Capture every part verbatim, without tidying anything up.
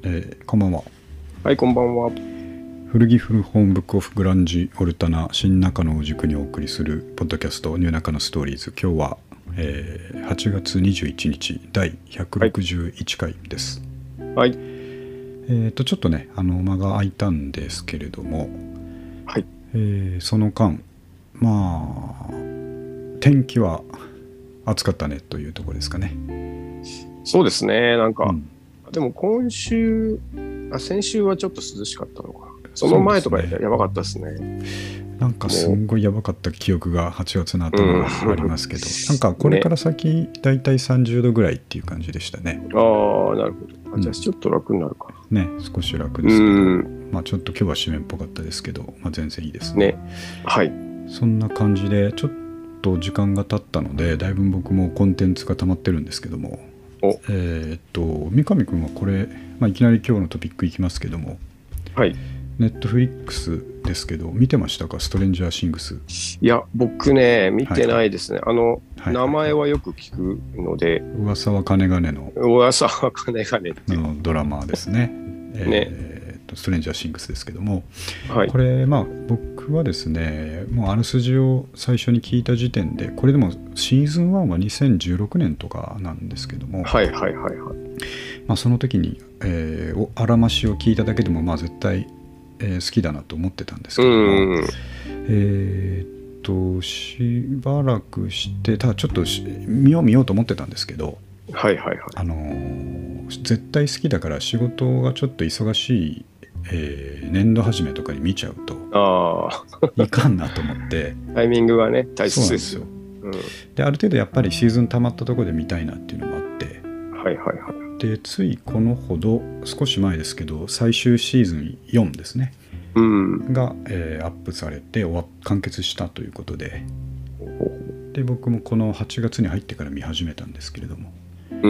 えー、こんばんは。 はい、こんばんは。 古着古本ブックオフグランジオルタナ新中野を軸にお送りするポッドキャストニューナカのストーリーズ。今日は、えー、はちがつにじゅういちにちだいひゃくろくじゅういちかいです。 はい。 えーとちょっとねあの間が空いたんですけれども、 はい。 えー、その間まあ天気は暑かったねというところですかね。 そうですね。なんか、うん、でも今週あ先週はちょっと涼しかったのかな。その前とかやばかったですね。 なんかすんごいやばかった記憶がはちがつの頭がありますけど、うん、なんかこれから先だいたいさんじゅうどぐらいっていう感じでしたね。 ああ、なるほど。あ、じゃあちょっと楽になるかな、うん、ね、少し楽ですけど、うん、まあちょっと今日は締めっぽかったですけど、まあ、全然いいですね。 ね、はい。そんな感じでちょっと時間が経ったのでだいぶ僕もコンテンツが溜まってるんですけども、えー、っと三上君はこれ、まあ、いきなり今日のトピックいきますけども、 はい。 ネットフリックスですけど見てましたか？ストレンジャーシングス。 いや僕ね見てないですね、はい、あの、はいはい、名前はよく聞くので、 噂は金金の噂は金金ってのドラマですね。えー、 ねストレンジャーシングスですけども、 はい、 これまあ僕はですねもうあらすじを最初に聞いた時点でこれでもシーズンワンはにせんじゅうろくねんとかなんですけども、 はいはいはいはい、 まあ、その時に、えー、あらましを聞いただけでもまあ絶対えー、好きだなと思ってたんですけども、えー、っとしばらくしてただちょっと見よう見ようと思ってたんですけど、 はいはいはい、 あのー、絶対好きだから仕事がちょっと忙しい、えー、年度始めとかに見ちゃうとあいかんなと思ってタイミングがね大切ですよ。 そうなんですよ、うん、である程度やっぱりシーズン溜まったところで見たいなっていうのもあって、 はいはいはい、 でついこのほど少し前ですけど最終シーズンよんですね、 うん、 が、えー、アップされて終わ完結したということで、で僕もこのはちがつに入ってから見始めたんですけれども、 うん、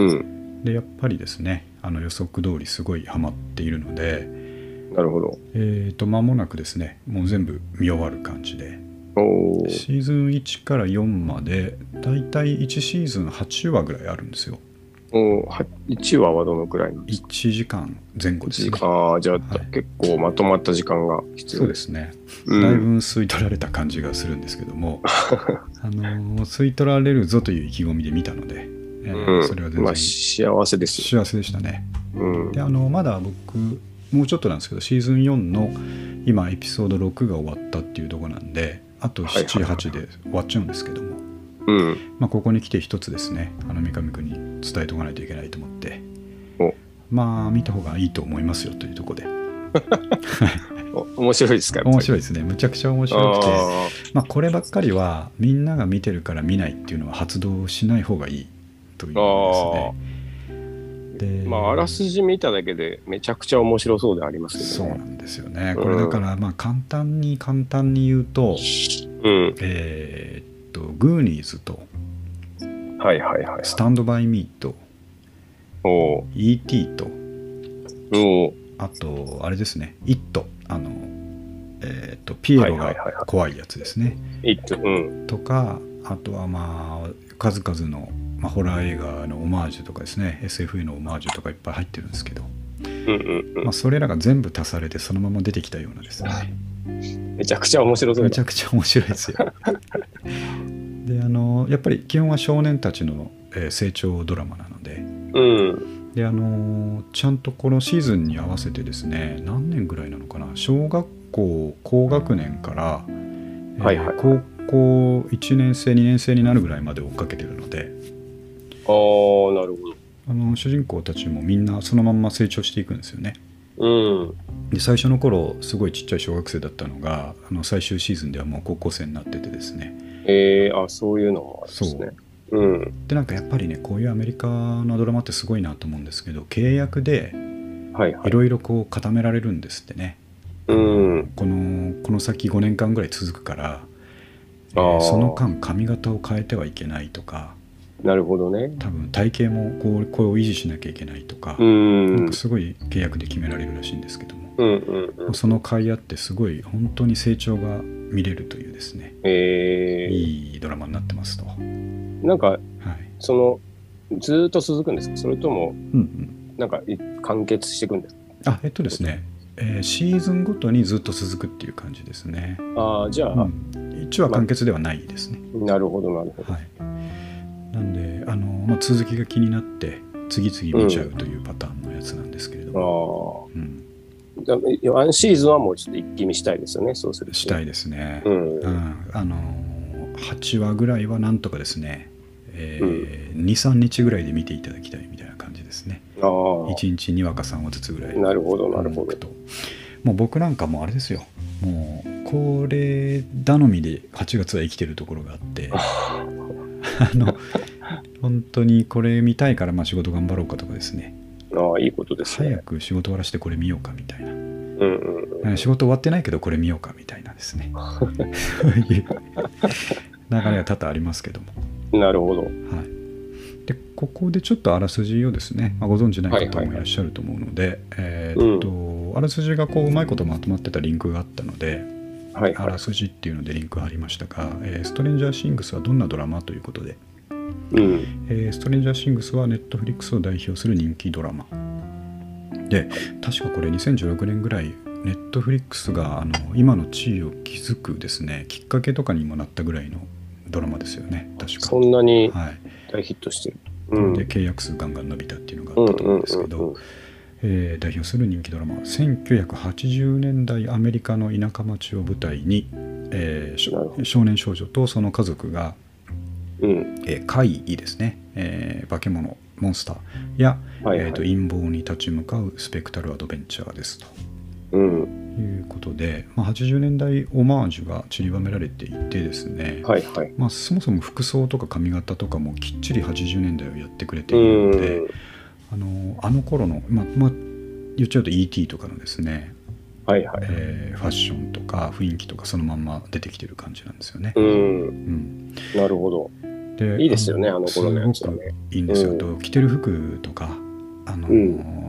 でやっぱりですねあの予測通りすごいハマっているので、 なるほど、 えーと間もなくですねもう全部見終わる感じで、 おシーズンいちからよんまでだいたいいちシーズンはちわぐらいあるんですよ。 おいちわはどのくらいなんですか？ いちじかんぜん後ですね。 ああ、じゃあ、 はい、 結構まとまった時間が必要。 そうですね、うん、だいぶ吸い取られた感じがするんですけどもあの吸い取られるぞという意気込みで見たので、えーうん、 それは全然、 まあ、幸せです幸せでしたね、 うん、 であのまだ僕もうちょっとなんですけどシーズンよんの今エピソードろくが終わったっていうところなんであとなな、はちで終わっちゃうんですけども、 うんまあ、ここに来て一つですねあの三上君に伝えておかないといけないと思っておまあ見た方がいいと思いますよというところで面白いですか？ 面白いですね。むちゃくちゃ面白くて、あ、まあ、こればっかりはみんなが見てるから見ないっていうのは発動しない方がいいというですね。でまああらすじ見ただけでめちゃくちゃ面白そうでありますけどね。 そうなんですよね。これだからまあ簡単に簡単に言うと、うん、えー、っとグーニーズと、 はいはいはい、 スタンドバイミーと、 おイーティー と、 おあとあれですね、イット、あの、えー、とピエロが怖いやつですね、 イット、うん、 とか、あとはまあ数々の、まあ、ホラー映画のオマージュとかですね エスエフ へのオマージュとかいっぱい入ってるんですけど、 うんうんうん、 まあ、それらが全部足されてそのまま出てきたようなですねめちゃくちゃ面白そうだ。 めちゃくちゃ面白いですよであのやっぱり基本は少年たちの、えー、成長ドラマなので、 うんであのちゃんとこのシーズンに合わせてですね何年ぐらいなのかな小学校高学年から、 はいはい、 高校いちねん生にねん生になるぐらいまで追っかけてるので、 ああなるほど、 あの主人公たちもみんなそのまんま成長していくんですよね、 うん、 で最初の頃すごいちっちゃい小学生だったのがあの最終シーズンではもう高校生になっててですね、 えー、あそういうのもあるんですね。うん、 でなんかやっぱりねこういうアメリカのドラマってすごいなと思うんですけど契約でいろいろこう固められるんですってね、 うん、 このこの先ごねんかんぐらい続くから、えー、その間髪型を変えてはいけないとか、 なるほどね、 多分体型もこうこれを維持しなきゃいけないとか、 うん、 なんかすごい契約で決められるらしいんですけども、 うんうんうん、 その甲斐あってすごい本当に成長が見れるというですね、 えー、 いいドラマになってますと。 なんか、はい、 そのずっと続くんですか？それとも、 うんうん、 なんか完結していくんですか？ あえっとですね、えーシーズンごとにずっと続くっていう感じですね。 ああ、じゃあ、 うん、いちわ完結ではないですね。 なるほどなるほど。 はい、なんであの、まあ、続きが気になって次々見ちゃうというパターンのやつなんですけれども、 ああ、 うん、 ワンシーズンはもうちょっと一気見したいですよね、そうすると。 したいですね。 うんうん、あのはちわぐらいはなんとかですね、えーうん、にさんにちぐらいで見ていただきたいみたいな感じですね。 ああ、 いちにちにわかさんわずつぐらい。 なるほどなるほど。 もう僕なんかもうあれですよ、もうこれ頼みではちがつは生きてるところがあってあの本当にこれ見たいからまあ仕事頑張ろうかとかですね。 ああ、いいことですね。 早く仕事終わらせてこれ見ようかみたいな、 うんうんうん、 仕事終わってないけどこれ見ようかみたいなですねそういう流れが多々ありますけども。 なるほど。はい、 でここでちょっとあらすじをですね、まあ、ご存じない方もいらっしゃると思うので、はいはいはい、えーっと、うん、あらすじがこううまいことまとまってたリンクがあったので、はいはい、あらすじっていうのでリンクがありましたが、えー、ストレンジャーシングスはどんなドラマということで、うんえー、ストレンジャーシングスはネットフリックスを代表する人気ドラマで、確かこれにせんじゅうろくねんぐらいネットフリックスがあの今の地位を築くですねきっかけとかにもなったぐらいのドラマですよね。確かそんなに大ヒットしてる、 はいうん、で契約数ガンガン伸びたっていうのがあったと思うんですけど、うんうんうんうんえー、代表する人気ドラマせんきゅうひゃくはちじゅうねんだいアメリカの田舎町を舞台に、えー、少年少女とその家族が、うんえー、怪異ですね、えー、化け物モンスターや、はいはいえー、と陰謀に立ち向かうスペクタルアドベンチャーですと、うん、いうことで、まあ、はちじゅうねんだいオマージュが散りばめられていてですね、はいはいまあ、そもそも服装とか髪型とかもきっちりはちじゅうねんだいをやってくれているので、あのあの頃の、まあまあ、言っちゃうと イーティー とかのですね、はいはいえー、ファッションとか雰囲気とかそのまんま出てきてる感じなんですよね。うん、うん、 なるほど。でいいですよね、あの頃のやつはね。 すごくいいんですよ、うん、と着てる服とかあの、うん、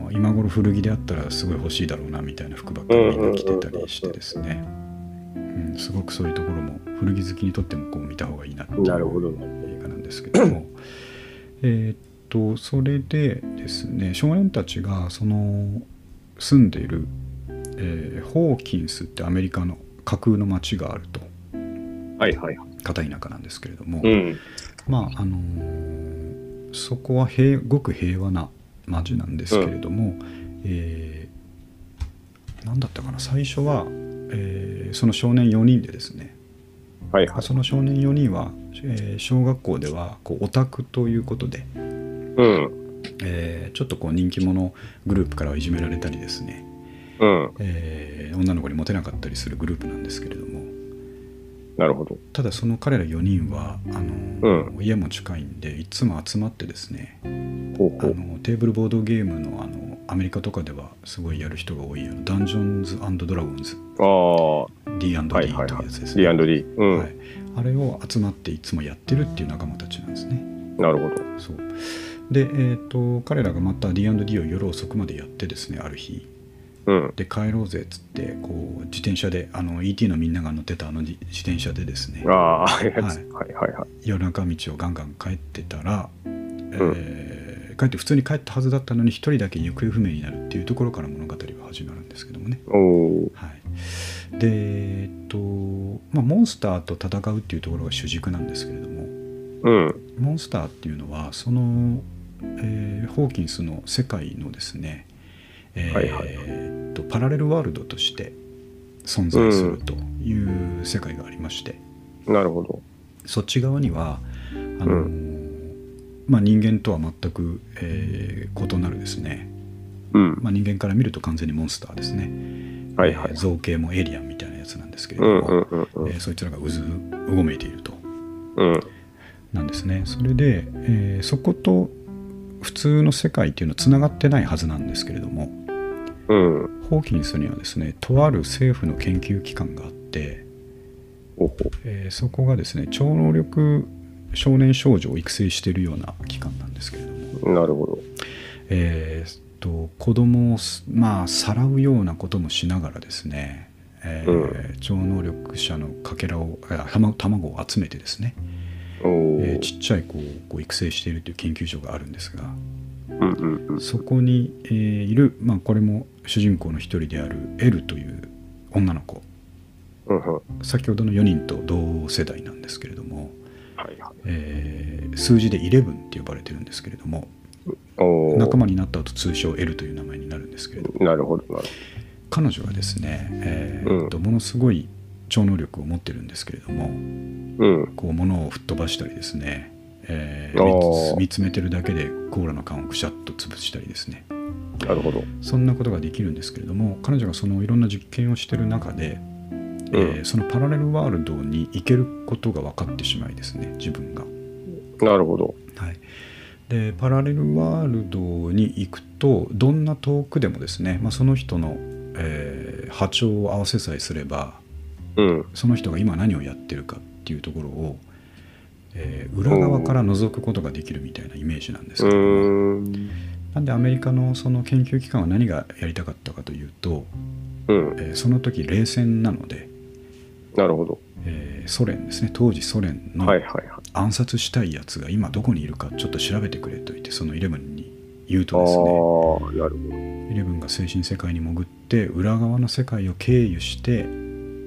今頃古着であったらすごい欲しいだろうなみたいな服ばっかりみんな着てたりしてですね、うん、すごくそういうところも古着好きにとってもこう見た方がいいなっていう映画なんですけどもえっとそれでですね少年たちがその住んでいる、えー、ホーキンスってアメリカの架空の町があると、はいはい、片田舎なんですけれども、うんまああのー、そこは平ごく平和な町なんですけれども、うんえー、何だったかな最初は、えー、その少年よにんでですね、はいはい、その少年よにんは、えー、小学校ではこうオタクということで、うんえー、ちょっとこう人気者グループからはいじめられたりですね、うんえー、女の子にモテなかったりするグループなんですけれども、なるほど。ただその彼らよにんはあの、うん、家も近いんでいつも集まってですねほうほうあのテーブルボードゲーム の, あのアメリカとかではすごいやる人が多いあのダンジョンズ&ドラゴンズあ ディーアンドディー というやつですね、はいはいはい、ディーアンドディー、うんはい、あれを集まっていつもやってるっていう仲間たちなんですね。なるほど。そうで、えーと、彼らがまた ディーアンドディー を夜遅くまでやってですねある日うん、で帰ろうぜっつってこう自転車であの イーティー のみんなが乗ってたあの自転車でですねあ、はいはいはいはい、夜中道をガンガン帰ってたら、うんえー、帰って普通に帰ったはずだったのに一人だけ行方不明になるっていうところから物語は始まるんですけどもね。お、はい、でえっと、まあ、モンスターと戦うっていうところが主軸なんですけれども、うん、モンスターっていうのはその、えー、ホーキンスの世界のですねえーはいはい、とパラレルワールドとして存在するという世界がありまして、うん、なるほど。そっち側にはあの、うんまあ、人間とは全く、えー、異なるですね、うんまあ、人間から見ると完全にモンスターですね、はいはいえー、造形もエイリアンみたいなやつなんですけれども、うんうんうんうんえー、そいつらがうずうごめいていると、うん、なんですね。それで、えー、そこと普通の世界っていうのはつながってないはずなんですけれども、うん、ホーキンスにはですねとある政府の研究機関があって、えー、そこがですね超能力少年少女を育成しているような機関なんですけれども、なるほど、えー、と子供をまあさらうようなこともしながらですね、えーうん、超能力者のかけらを卵を集めてですね、えー、ちっちゃい子をこう育成しているという研究所があるんですが、 うんうんうん、 そこに、えー、いる、まあ、これも主人公の一人であるエルという女の子、 うんうん、 先ほどのよにんと同世代なんですけれども、 はいはい、 えー、数字でじゅういちって呼ばれてるんですけれども、 お仲間になった後通称 エル という名前になるんですけれども、 なるほどなるほど。 彼女がですね、えーとうん、ものすごい超能力を持ってるんですけれども、 うん、 こう物を吹っ飛ばしたりですね、えー、見つめてるだけでコーラの缶をくしゃっと潰したりですね、 なるほど。 そんなことができるんですけれども、彼女がそのいろんな実験をしてる中で、うん、えー、そのパラレルワールドに行けることが分かってしまいですね、自分が。 なるほど。 はい、でパラレルワールドに行くとどんな遠くでもですね、まあ、その人の、えー、波長を合わせさえすれば、 うん、 その人が今何をやってるかっていうところを、えー、裏側から覗くことができるみたいなイメージなんですけども、うん、なんでアメリカのその研究機関は何がやりたかったかというと、うん、えー、その時冷戦なので、 なるほど、 えー、ソ連ですね、当時ソ連の暗殺したいやつが今どこにいるかちょっと調べてくれと言って、そのじゅういちに言うとですね、 あ、なるほど、じゅういちが精神世界に潜って裏側の世界を経由して、うん、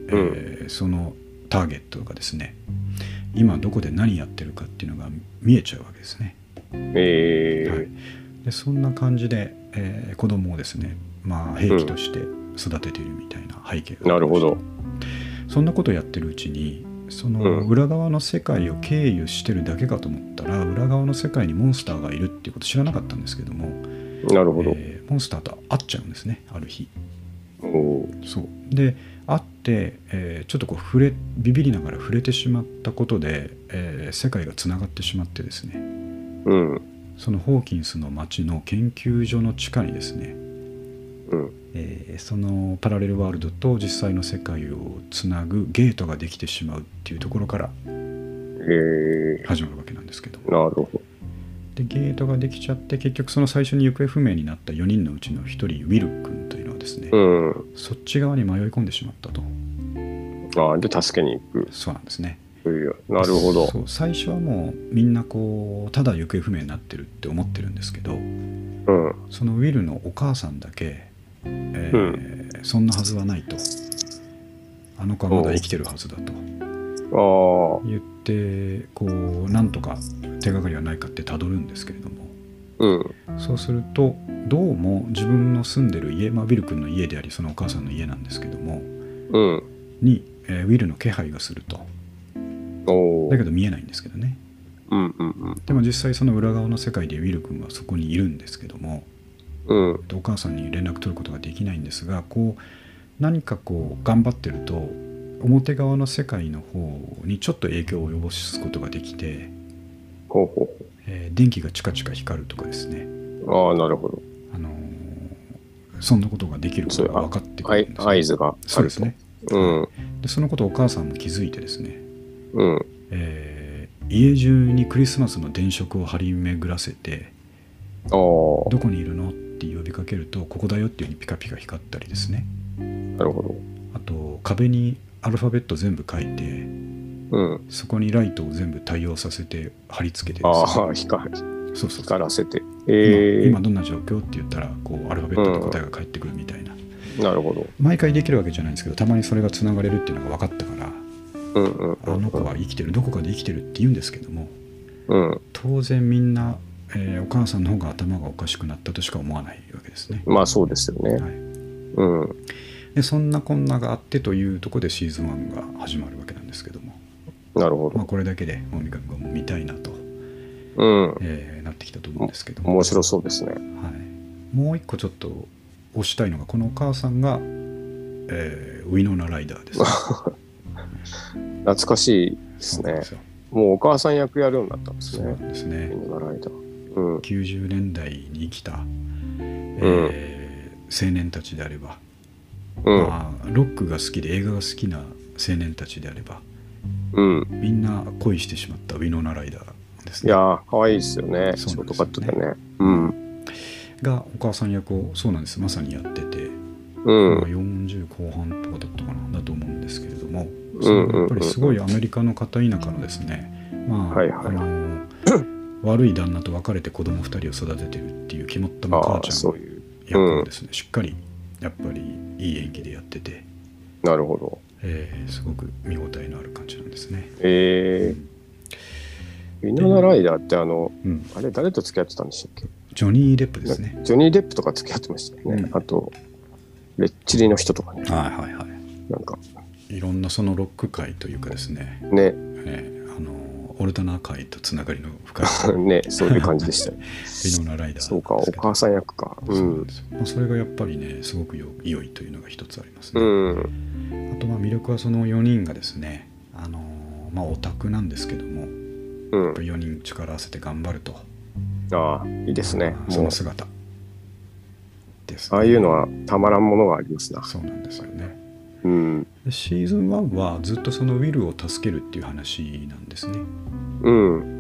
えー、そのターゲットがですね、今どこで何やってるかっていうのが見えちゃうわけですね。 えーはい、でそんな感じで、えー、子供をですね、まあ、兵器として育てているみたいな背景が、 うん、なるほど。 そんなことをやってるうちに、その裏側の世界を経由してるだけかと思ったら、うん、裏側の世界にモンスターがいるっていうこと知らなかったんですけども、 なるほど、 えー、モンスターと会っちゃうんですね、ある日。 おそうで会って、えー、ちょっとこう触れビビりながら触れてしまったことで、えー、世界がつながってしまってですね、 うん、 そのホーキンスの町の研究所の地下にですね、 うん、 えー、そのパラレルワールドと実際の世界をつなぐゲートができてしまうっていうところから始まるわけなんですけど、 えー、なるほど。 でゲートができちゃって、結局その最初に行方不明になったよにんのうちのひとり、ウィル君というのはですね、 うん、 そっち側に迷い込んでしまったと。 あで助けに行く。 そうなんですね。 なるほど。 そう、最初はもうみんなこうただ行方不明になってるって思ってるんですけど、うん、そのウィルのお母さんだけ、えーうん、そんなはずはないと、あの子はまだ生きてるはずだと言って、こうなんとか手がかりはないかってたどるんですけれども、うん、そうするとどうも自分の住んでる家、まあ、ウィル君の家でありそのお母さんの家なんですけども、うん、に、えー、ウィルの気配がすると。だけど見えないんですけどね、うんうんうん、でも実際その裏側の世界でウィル君はそこにいるんですけども、うん、お母さんに連絡取ることができないんですが、こう何かこう頑張ってると表側の世界の方にちょっと影響を及ぼすことができて、ほうほう、えー、電気がチカチカ光るとかですね。 ああ、なるほど。 あのー、そんなことができることが分かってくるんです、ね、 合図があると。 そうですね、 うん、 でそのことをお母さんも気づいてですね、 うんえー、家中にクリスマスの電飾を張り巡らせて、どこにいるのって呼びかけるとここだよっていう風にピカピカ光ったりですね。 なるほど。 あと壁にアルファベット全部書いて、うん、そこにライトを全部対応させて貼り付けてですね、 ああ、光る。 そうそうそう、 光らせて、えー、今, 今どんな状況って言ったらこうアルファベットで答えが返ってくるみたいな、 うん、なるほど。 毎回できるわけじゃないんですけど、たまにそれがつながれるっていうのが分かったから、うんうんうんうん、あの子は生きてる、どこかで生きてるって言うんですけども、うん、当然みんな、えー、お母さんの方が頭がおかしくなったとしか思わないわけですね。 まあそうですよね、はい、うん、 でそんなこんながあってというところでシーズンワンが始まるわけなんですけども、 なるほど、 まあ、これだけでもう見たいなと、 うんえー、なってきたと思うんですけども、 面白そうですね、はい、 もう一個ちょっと推したいのが、このお母さんが、えー、ウィノナ・ライダーです、ね、 懐かしいですね。もうお母さん役やるようになったんですね。 そうですね、 ウィノナ・ライダー、うん、 きゅうじゅうねんだいに生きた、えーうん、青年たちであれば、うん、まあ、ロックが好きで映画が好きな青年たちであれば、うん、みんな恋してしまったウィノナ・ライダーですね。 いやー可愛いですよね。ショートカットでね、うん、 がお母さん役をそうなんですまさにやってて、 うん、 まあ、よんじゅうこう半とかだったかなだと思うんですけれども、そのやっぱりすごいアメリカの片田舎のですね、まあ、はいはい、あの悪い旦那と別れて子供ふたりを育ててるっていう肝っ玉母ちゃんの役をですね、うん、しっかりやっぱりいい演技でやってて、 なるほど、 えー、すごく見応えのある感じなんですね。 えー、ウィノナライダーってあの、うん、あれ誰と付き合ってたんでしたっけ？ ジョニー・デップですね。 ジョニー・デップとか付き合ってましたよね、うん、あとレッチリの人とかね、 はいはいはい、 なんかいろんなそのロック界というかですね、 ね、 ね、あのオルタナ界とつながりの深いね、そういう感じでしたよ。 ウィノナライダー、 そうか、お母さん役か。 うん、そうなんですよ。まあ、それがやっぱりね、すごくよ良いというのが一つありますね。 うん、 あとまあ魅力はそのよにんがですね、あのまあオタクなんですけども、うん、やっぱりよにん力合わせて頑張ると。 ああ、いいですね。 その姿です、ね。 ああいうのはたまらんものがありますな。 そうなんですよね。 うん、 シーズンワンはずっとそのウィルを助けるっていう話なんですね。 うん、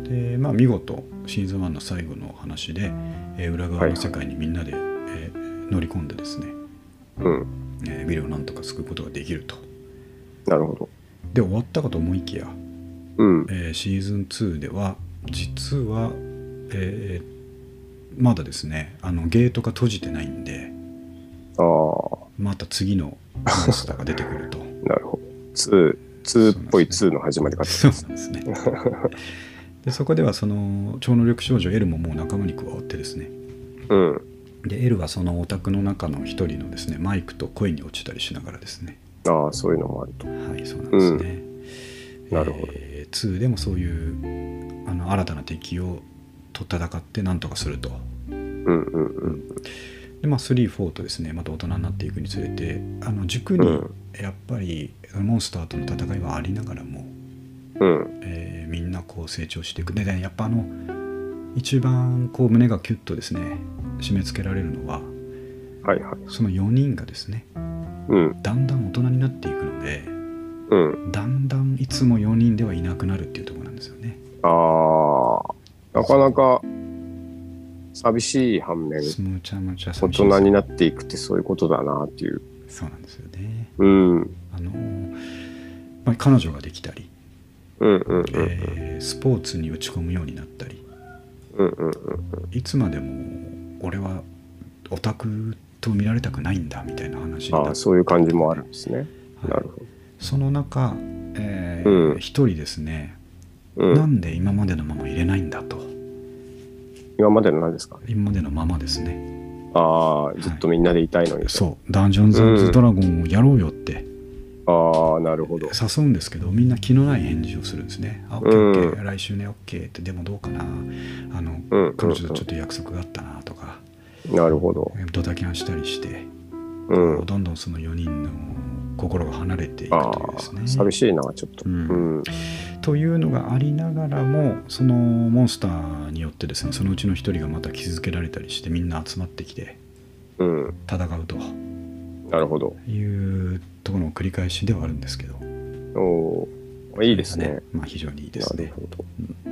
でまあ見事シーズンワンの最後の話で、えー、裏側の世界にみんなで、はいはい、えー、乗り込んでですね、 うんえー、ウィルをなんとか救うことができると。 なるほど。 で終わったかと思いきや、 うん、 えー、シーズンツーでは実は、えー、まだですねあのゲートが閉じてないんで、 あまた次のモンスターが出てくると。 なるほど。ツー、ツーっぽいツーの始まり方ですね。 そうなんですね。でそこではその超能力少女エルももう仲間に加わってですね、 うん、 でエルはそのオタクの中の一人のですねマイクと恋に落ちたりしながらですね、 ああそういうのもあると。 はいそうなんですね、 うん、なるほど。 えー、ツーでもそういうあの新たな敵をと戦って何とかすると。 うんうんうん。 でまあスリー、フォーとですねまた大人になっていくにつれてあの軸にやっぱりモンスターとの戦いはありながらも、 うんえー、みんなこう成長していく。で、ね、やっぱあの一番こう胸がキュッとですね締め付けられるのは、 はいはい、 そのよにんがですね、 うん、 だんだん大人になっていくので、 うん、 だんだんいつもよにんではいなくなるっていうところなんですよね。 ああなかなか寂しい反面むちゃむちゃ大人になっていくってそういうことだなっていう。 そうなんですよね。 うん、 あの、まあ、彼女ができたり、 うんうんうんうんえー、スポーツに打ち込むようになったり、 うんうんうん、 いつまでも俺はオタクと見られたくないんだみたいな話になって、 ああそういう感じもあるんですね、はい、なるほど。 その中、えーうん、一人ですね、うん、なんで今までのまま入れないんだと。 今までの何ですか？ 今までのままですね。 ああずっとみんなでいたいのに、はい、 そうダンジョンズ&ドラゴンをやろうよって、 うん、ああなるほど誘うんですけどみんな気のない返事をするんですね。あ、オッケーオッケー、来週ねオッケーって、でもどうかな、あの、うん、彼女とちょっと約束があったなとか、 なるほどドタキャンしたりして、 うん、 どんどんそのよにんの心が離れていくというですね。 寂しいなちょっと、うんうん、 というのがありながらもそのモンスターによってですねそのうちの一人がまた傷つけられたりしてみんな集まってきて戦うと、うん、 なるほどいうところの繰り返しではあるんですけど、 おいいですね。 まあ非常にいいですね。 なるほど、 うん、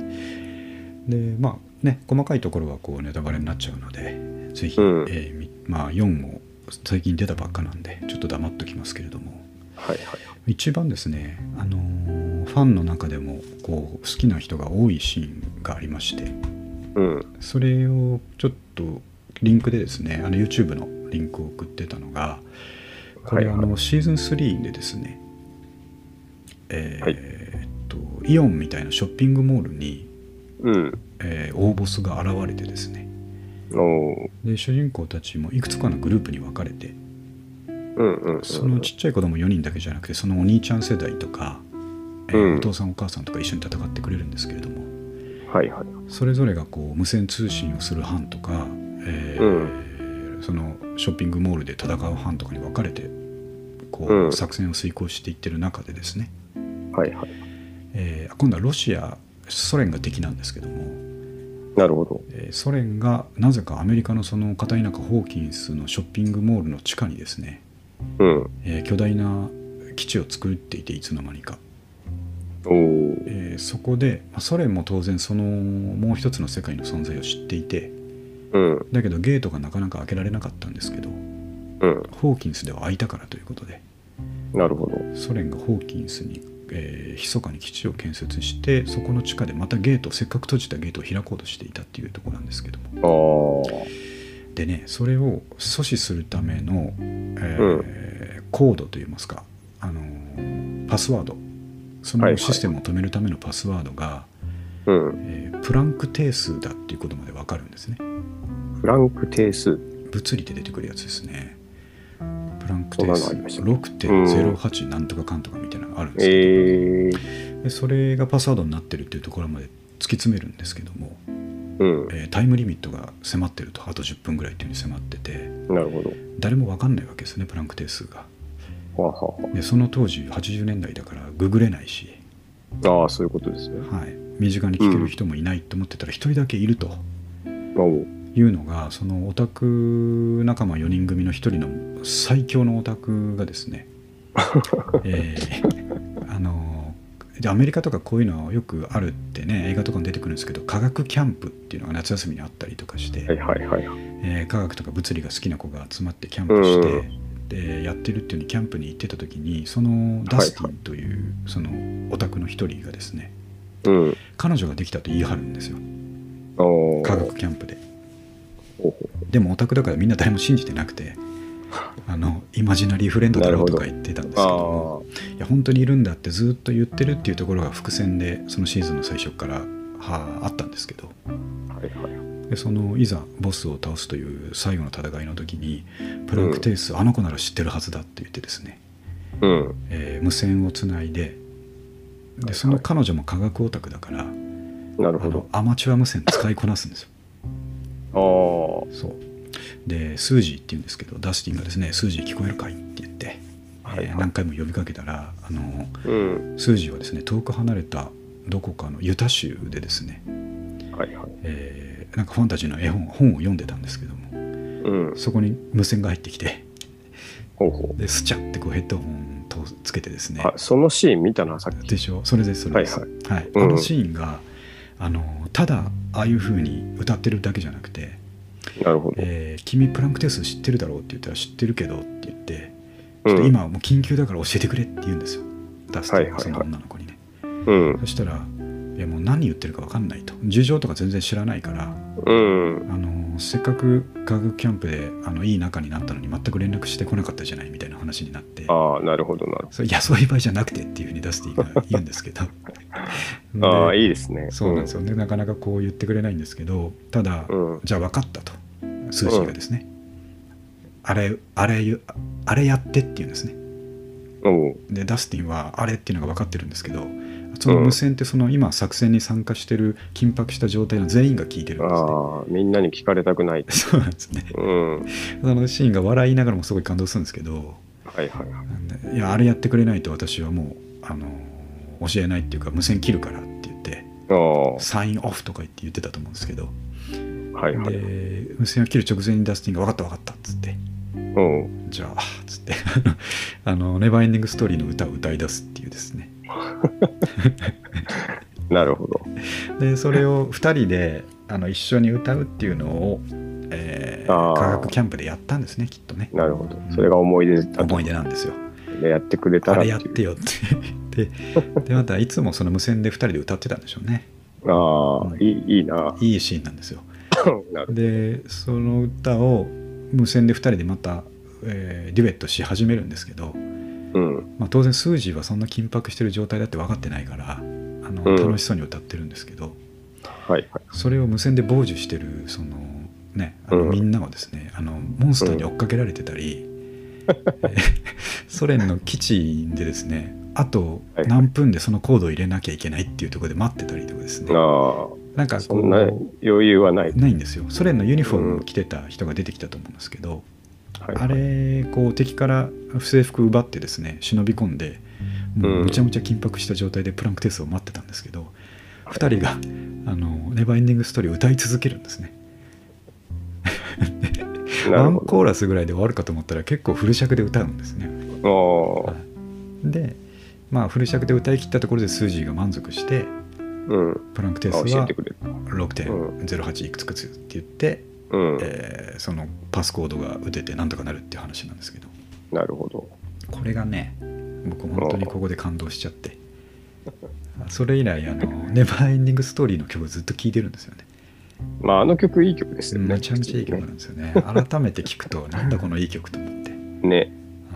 でまあね細かいところはこうネタバレになっちゃうのでぜひ、うんえーまあ、よんも最近出たばっかなんでちょっと黙っときますけれども、 はいはい、 一番ですね、あのー、ファンの中でもこう好きな人が多いシーンがありまして、 うん、 それをちょっとリンクでですねあの YouTube のリンクを送ってたのがこれ、はいはい、あのシーズンスリーでですね、えーはい、えっとイオンみたいなショッピングモールに、 うんえー、大ボスが現れてですね、で主人公たちもいくつかのグループに分かれて、 うんうんうん、 そのちっちゃい子供よにんだけじゃなくてそのお兄ちゃん世代とか、えーうん、お父さんお母さんとか一緒に戦ってくれるんですけれども、 はいはい、 それぞれがこう無線通信をする班とか、えーうん、そのショッピングモールで戦う班とかに分かれてこう、うん、作戦を遂行していってる中でですね、 はいはいえー、今度はロシアソ連が敵なんですけども、 なるほど、 えー、ソ連がなぜかアメリカのその片田舎ホーキンスのショッピングモールの地下にですね、 うんえー、巨大な基地を作っていていつの間にか、 おえー、そこで、まあ、ソ連も当然そのもう一つの世界の存在を知っていて、 うん、 だけどゲートがなかなか開けられなかったんですけど、うん、ホーキンスでは開いたからということで、 なるほど、 ソ連がホーキンスにえー、密かに基地を建設して、そこの地下でまたゲート、せっかく閉じたゲートを開こうとしていたっていうところなんですけども、でね、それを阻止するための、えーうん、コードといいますか、あのー、パスワード、そのシステムを止めるためのパスワードが、はいはい、えー、プランク定数だっていうことまで分かるんですね。 プランク定数、 物理で出てくるやつですね。プランク定数 ろくてんゼロはち なんとかかんとかみたいなのがあるんですけど、えー、でそれがパスワードになってるっていうところまで突き詰めるんですけども、うん、えー、タイムリミットが迫ってると、あとじゅっぷんぐらいっていう風に迫ってて、 なるほど、 誰も分かんないわけですね、プランク定数が。はははでその当時はちじゅうねんだいだからググれないし、 ああそういうことですね、 はい、身近に聞ける人もいないと思ってたら一人だけいると、うん、いうのが、そのオタク仲間よにん組の一人の最強のオタクがですねえー、あのでアメリカとかこういうのはよくあるってね、映画とかに出てくるんですけど、科学キャンプっていうのが夏休みにあったりとかして、はいはいはい、えー、科学とか物理が好きな子が集まってキャンプして、うん、でやってるっていうのにキャンプに行ってた時に、そのダスティンという、はいはい、そのオタクの一人がですね、うん、彼女ができたと言い張るんですよ、科学キャンプで。でもオタクだからみんな誰も信じてなくて、あのイマジナリーフレンドだろうとか言ってたんですけども、いや本当にいるんだってずっと言ってるっていうところが伏線で、そのシーズンの最初からはあったんですけど、はいはい、でそのいざボスを倒すという最後の戦いの時に、プランク定数、うん、あの子なら知ってるはずだって言ってですね、うん、えー、無線をつないで、でその彼女も科学オタクだから、なるほど、アマチュア無線使いこなすんですよ。あそうでスージーって言うんですけど、ダスティンがですね、スージー聞こえるかいって言って、はいはい、えー、何回も呼びかけたら、あの、うん、スージーはですね、遠く離れたどこかのユタ州でですね、はいはい、えー、なんかファンタジーの絵本本を読んでたんですけども、うん、そこに無線が入ってきて、ほうほうでスチャッてこうヘッドホンとつけてですね、 あ、そのシーン見たなさっき。 でしょ、それですそれです、はいはいはい、うん、あのシーンがあのただああいう風に歌ってるだけじゃなくて、なるほど、えー、君プランク定数知ってるだろうって言ったら、知ってるけどって言って、ちょっと今はもう緊急だから教えてくれって言うんですよ、ダスティン、その女の子にね、はいはいはい、そしたら、いやもう何言ってるか分かんないと、事情とか全然知らないから、うん、あのせっかく科学キャンプであのいい仲になったのに全く連絡してこなかったじゃないみたいな話になって、 ああなるほどなるほど、 いやそういう場合じゃなくてっていうふうにダスティが言うんですけどああいいですね、 そうなんですよね、うん、なかなかこう言ってくれないんですけど、ただ、うん、じゃあ分かったと、スージーがですね、うん、あれあれあれやってって言うんですね、うん、でダスティンはあれっていうのが分かってるんですけど、その無線ってその今作戦に参加してる緊迫した状態の全員が聞いてるんですね。 ああ、みんなに聞かれたくないそうなんですね、うん、そのシーンが笑いながらもすごい感動するんですけど、はいはいはい、いやあれやってくれないと私はもうあの教えないっていうか無線切るからって言って、サインオフとか言って言ってたと思うんですけど、はいはい、で無線を切る直前にダスティンが分かった分かったっつって、うん、じゃあっつってあのネバーエンディングストーリーの歌を歌い出すっていうですねなるほど。 でそれをふたりであの一緒に歌うっていうのを、えー、科学キャンプでやったんですね、きっとね。 なるほど、それが思い出だと、 思い出なんですよ。 でやってくれたらあれやってよってで, でまたいつもその無線でふたりで歌ってたんでしょうね。 ああ、うん、いいいいないいシーンなんですよでその歌を無線でふたりでまた、えー、デュエットし始めるんですけど、うんまあ、当然スージーはそんな緊迫してる状態だって分かってないからあの、うん、楽しそうに歌ってるんですけど、はいはい、それを無線で傍受してるその、ね、あのみんなはですね、あのモンスターに追っかけられてたり、うんえー、ソ連の基地でですね、あと何分でそのコードを入れなきゃいけないっていうところで待ってたりとかですね、あなんかこうそんな余裕はないないんですよ。ソ連のユニフォームを着てた人が出てきたと思うんですけど、うん、あれこう敵から制服奪ってですね忍び込んでもうむちゃむちゃ緊迫した状態でプランクテストを待ってたんですけど、うん、ふたりがあのネバーエンディングストーリーを歌い続けるんですねワンコーラスぐらいで終わるかと思ったら結構フル尺で歌うんですね。でまあフル尺で歌い切ったところでスージーが満足して、うん、プランクテストは ろくてんゼロはち いくつくつって言って、うんえー、そのパスコードが打ててなんとかなるっていう話なんですけど、 なるほど。 これがね僕本当にここで感動しちゃって、 それ以来あのネバーエンディングストーリーの曲ずっと聴いてるんですよね。 まああの曲いい曲ですよね。 めちゃめちゃいい曲なんですよね。改めて聴くとなんだこのいい曲と思ってね。 はい、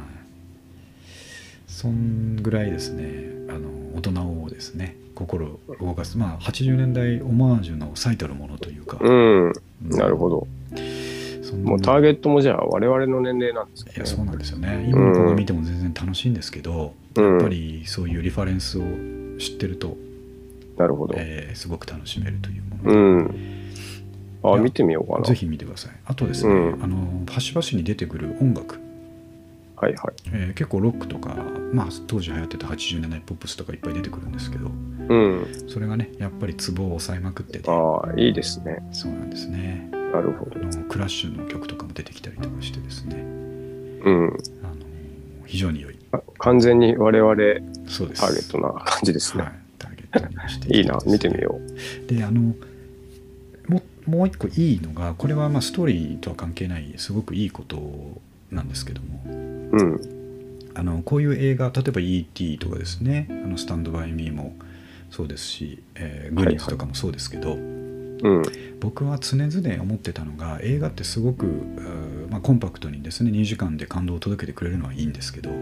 そんぐらいですね、あの大人をですね心を動かす、まあはちじゅうねんだいオマージュの最たるものというか、 うん、 うん、 なるほど。 そんなもうターゲットもじゃあ我々の年齢なんですかね。 いやそうなんですよね。今の子が見ても全然楽しいんですけど、うん、やっぱりそういうリファレンスを知ってると、 なるほど、 えー、すごく楽しめるというもので、 うん、あ見てみようかな。 ぜひ見てください。あとですね、うん、あの端々に出てくる音楽、 はいはい、 えー、結構ロックとか、まあ、当時流行ってたはちじゅうねんだいポップスとかいっぱい出てくるんですけど、 うん、 それがねやっぱりツボを抑えまくってて、 ああいいですね。 そうなんですね。 なるほど。 あのクラッシュの曲とかも出てきたりとかしてですね、 うん、 あの非常に良い。 完全に我々 そうですターゲットな感じですね。はい、 ターゲットにしていいいな、見てみよう。であのももう一個いいのが、これはまあストーリーとは関係ないすごくいいことなんですけども、 うん、 あのこういう映画、例えば イーティー とかですね、あのスタンドバイミーもそうですし、えー、グリーンズとかもそうですけど、はいはい、うん、僕は常々思ってたのが、映画ってすごく、まあ、コンパクトにですねにじかんで感動を届けてくれるのはいいんですけど、うん、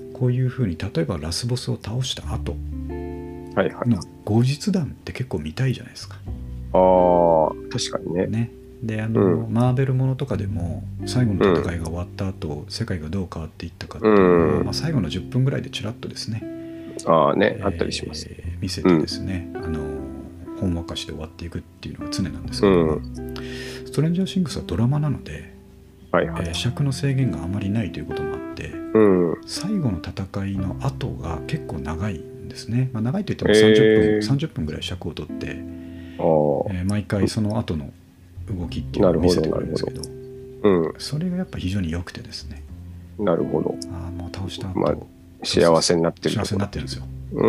こういうふうに例えばラスボスを倒した後の後日談って結構見たいじゃないですか。 ああ確かにね。 ねであの、うん、マーベルものとかでも最後の戦いが終わった後、うん、世界がどう変わっていったかっていうのを、うんまあ、最後のじゅっぷんぐらいでちらっとですねあ、ねえー、あったりします、 見せてですね、うん、あのほんわかして終わっていくっていうのが常なんですけども、うん、ストレンジャーシングスはドラマなので、はいはい、えー、尺の制限があまりないということもあって、うん、最後の戦いの後が結構長いんですね、まあ、長いといってもさんじゅっぷん、えー、さんじゅっぷんぐらい尺を取って、えー、毎回その後の動きっていうのを見せてくるんですけど、うん、それがやっぱ非常に良くてですね。 なるほど。 あもう倒した後、 まあ、幸せになってる幸せになってるんですよ、 うん、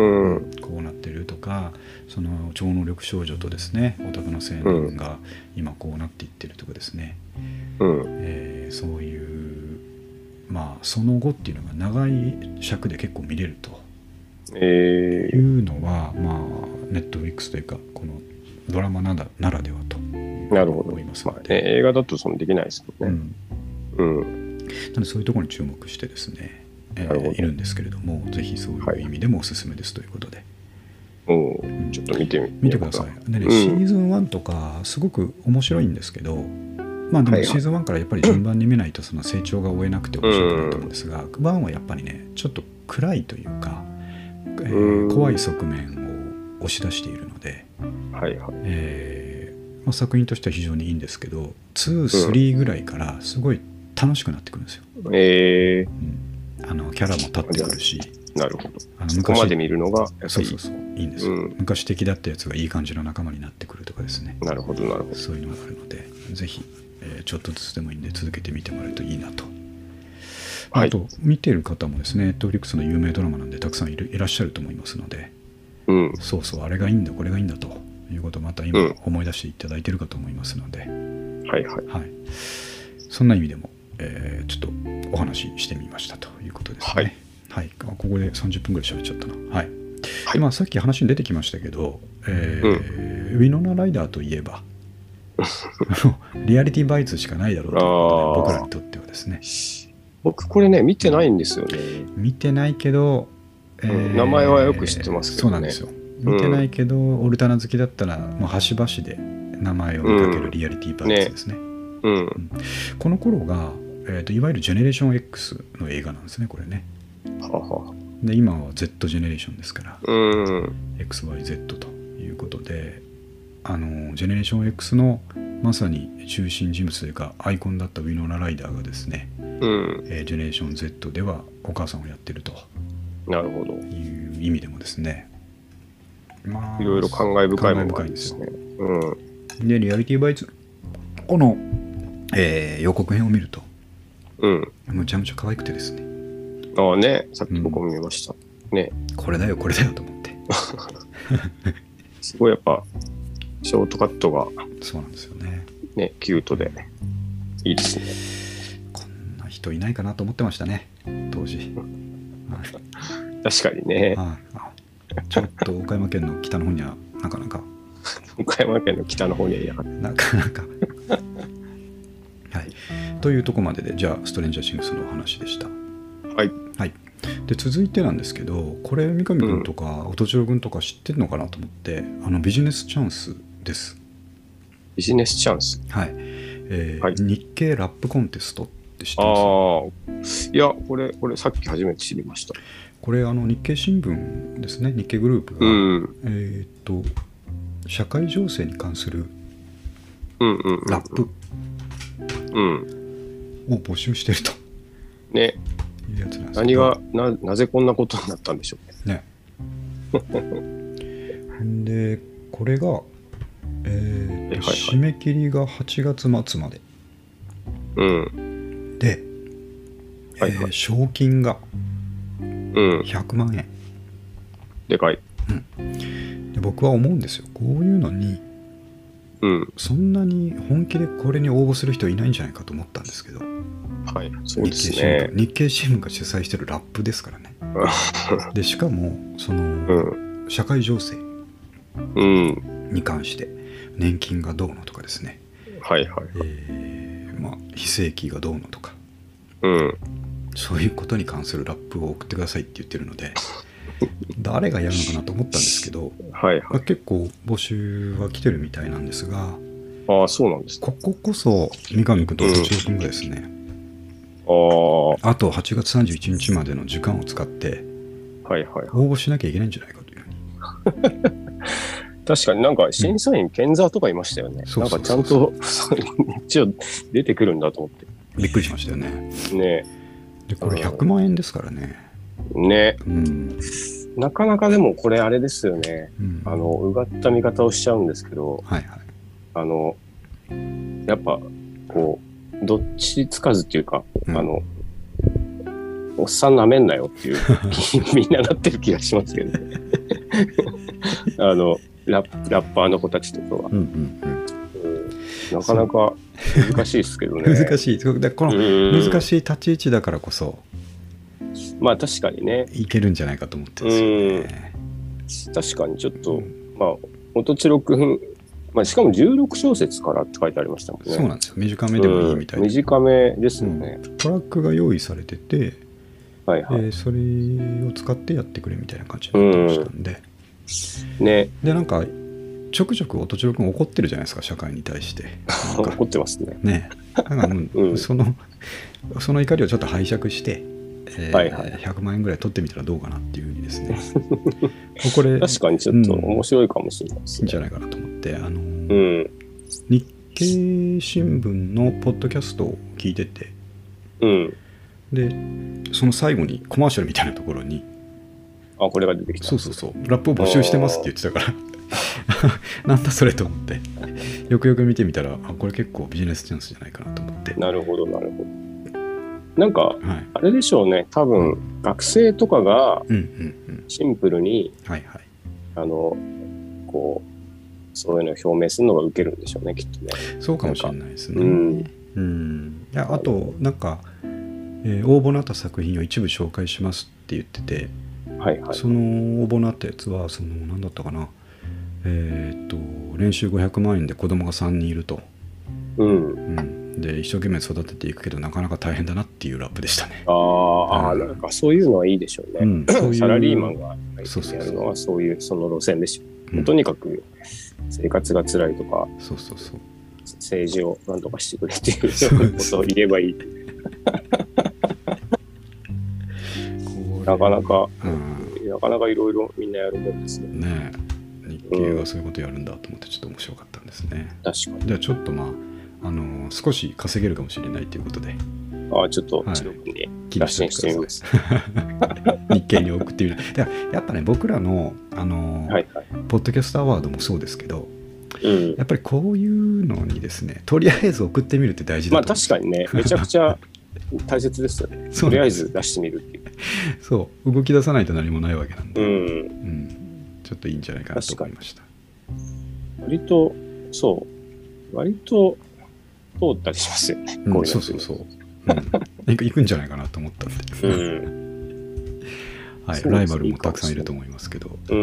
こうなってるとか、その超能力少女とですねオタクの青年が今こうなっていってるとかですね、うんえー、そういうまあその後っていうのが長い尺で結構見れると、えー、いうのはまあネットフリックスというかこのドラマならならではとなるほど思います、まあね、映画だとそのできないですもんね。うん。うん、 なのでそういうところに注目してですね、えー、いるんですけれども、ぜひそういう意味でもおすすめですということで。 はい、うん、ちょっと見てみ見てください。でね、うん、シーズンワンとかすごく面白いんですけど、まあでもシーズンワンからやっぱり順番に見ないとその成長が追えなくて面白くないと思うんですが、ワンはやっぱりねちょっと暗いというか、えー、怖い側面を押し出しているので、はいはいえーまあ、作品としては非常にいいんですけど、ツー、スリーぐらいからすごい楽しくなってくるんですよ。えーうん、あのキャラも立ってくるし、 なるほど。あの昔そこまで見るのがやっぱりそうそうそういいんですよ、うん、昔敵だったやつがいい感じの仲間になってくるとかですね。 なるほどなるほど。 そういうのがあるので、ぜひ、えー、ちょっとずつでもいいんで続けてみてもらえるといいなと。はい、あと見てる方もですね、ネットフリックスの有名ドラマなんでたくさんいるいらっしゃると思いますので、うん、そうそうあれがいいんだこれがいいんだということをまた今思い出していただいているかと思いますので、うん、はいはい、はい、そんな意味でも、えー、ちょっとお話ししてみましたということですね。はい、はい、ここでさんじゅっぷんぐらい喋っちゃったな。はい、はい、まあ、さっき話に出てきましたけど、えーうん、ウィノナ・ライダーといえばリアリティバイツしかないだろうということで、僕らにとってはですね。 僕これね見てないんですよね。 見てないけど、 えーうん、名前はよく知ってますけどね。 そうなんですよ。見てないけど、うん、オルタナ好きだったらもう端々で名前を見かけるリアリティバイツですね。うんねうん、この頃が、えーと、いわゆるジェネレーション X の映画なんですね、これね。ははで今は Z ジェネレーションですから、うん、エックスワイゼット ということで、あのジェネレーション X のまさに中心人物というかアイコンだったウィノナ・ライダーがですね、うんえー、ジェネレーション Z ではお母さんをやってるとなるほどいう意味でもですね、 まあ、いろいろ感慨深いものがあるんですね。 うん、でリアリティバイツこの、えー、予告編を見ると、うん、むちゃむちゃ可愛くてですね。 ああね、さっき僕も見ました、うん、ね。 これだよこれだよと思ってすごいやっぱショートカットがそうなんですよね。 ねキュートでいいですね。 こんな人いないかなと思ってましたね当時。 確かにね。 ちょっと岡山県の北の方にはなかなか岡山県の北の方にはいなかった。 なかなかはい。というとこまでで、じゃあストレンジャーシングスのお話でした。 はい。 はい。で続いてなんですけど、これ三上君とか音千代君とか知ってるのかなと思って、うん、あのビジネスチャンスです。 ビジネスチャンス。 はい。えーはい、 日経ラップコンテストって知ってます？ああ、いやこれこれさっき初めて知りました。 これあの日経新聞ですね。日経グループが、うん、えっと社会情勢に関するラップを募集していると。 ね。 いうやつなんです。 何が な, なぜこんなことになったんでしょうね。 ねでこれが、えーとはいはい、締め切りがはちがつ末まで、 うん、 で、はいはいえー、賞金がひゃくまんえん、うん、 でかい、 うん、で僕は思うんですよ。こういうのに、うん、そんなに本気でこれに応募する人いないんじゃないかと思ったんですけど、 はい、そうですね。 日経新聞が主催してるラップですからね。でしかもその、うん、社会情勢に関して年金がどうのとかですね、 はいはい、 えーまあ、非正規がどうのとか、 うん、 そういうことに関するラップを送ってくださいって言ってるので誰がやるのかなと思ったんですけど、 はいはい、 まあ、結構募集は来てるみたいなんですが、 ああそうなんですか。 こここそ三上君と土地君がですね、うん、あ, あとはちがつさんじゅういちにちまでの時間を使って、 はいはいはい、 応募しなきゃいけないんじゃないかというふうに確かになんか審査員検査とかいましたよね、うん、なんかちゃんと一応出てくるんだと思ってびっくりしましたよね。 ねでこれひゃくまんえんですからね。 ね、 うん、 なかなかでもこれあれですよね、うん、あのうがった見方をしちゃうんですけど、 はいはい、 あのやっぱこうどっちつかずっていうか、うん、あのおっさんなめんなよっていうみんななってる気がしますけどねあの ラ, ラッパーの子たちとかは、 うんうんうんうん、なかなか難しいですけどね難しい。でこの難しい立ち位置だからこそまあ確かにねいけるんじゃないかと思ってるんですよね。 確かにちょっと、うん、まあ音千代くん、まあ、しかもじゅうろくしょうせつからって書いてありましたもんね。 そうなんですよ。短めでもいいみたいな、 うん、短めですよね、 うん、トラックが用意されてて、 はいはい、 でそれを使ってやってくれみたいな感じになってましたんで、 うん、ね、 でなんかちょくちょく音千代くん怒ってるじゃないですか、社会に対して怒ってますね。 ね、だからもう、うん、そのその怒りをちょっと拝借して、えーはいはい、 ひゃくまんえんぐらい取ってみたらどうかなっていうふうにですねこれ確かにちょっと面白いかもしれないですね、 うん、いいんじゃないかなと思って、あのーうん、 日経新聞のポッドキャストを聞いてて、 うん、 でその最後にコマーシャルみたいなところにあこれが出てきた。 そうそうそう、ラップを募集してますって言ってたからなんだそれと思ってよくよく見てみたら、あこれ結構ビジネスチャンスじゃないかなと思って。 なるほどなるほど。なんか、はい、あれでしょうね、多分、うん、学生とかがシンプルに、 うんうんうん、はいはい、 あのこうそういうのを表明するのが受けるんでしょうね、きっとね。 そうかもしれないですね。うんうん、いやあとなんか、えー、応募のあった作品を一部紹介しますって言ってて、 はいはい、 その応募のあったやつはその何だったかな、えー、っと年収ごひゃくまんえんで子供がさんにんいると、 うんうん、で一生懸命育てていくけどなかなか大変だなっていうラップでしたね。 あ、うん、あ、なんかそういうのはいいでしょうね、うん、そういうサラリーマンがやるのはそういうその路線でしょう、うん、とにかく生活が辛いとか、 そうそうそう、 政治をなんとかしてくれっていうことを言えばいいなかなか、うん、なかなかいろいろみんなやるもんですね。 ねえ、日経はそういうことやるんだと思ってちょっと面白かったんですね。 うん、確かに。 じゃあちょっとまあ、あのー、少し稼げるかもしれないということで、 ああちょっと千代君に打診してみます。 日経に送ってみる。でやっぱね僕らの、あのーはいはい、 ポッドキャストアワードもそうですけど、 うん、 やっぱりこういうのにですね、とりあえず送ってみるって大事だと思う。 まあ確かにね、めちゃくちゃ大切ですよね。とりあえず出してみるっていう。 そう動き出さないと何もないわけなんで、 うんうん、 ちょっといいんじゃないかなと思いました。 割とそう割と通ったりしますよね、 うん、こういうそうそうそう、うん、行くんじゃないかなと思ったんで、 うん、 はい、ライバルもたくさんいると思いますけど、 うん、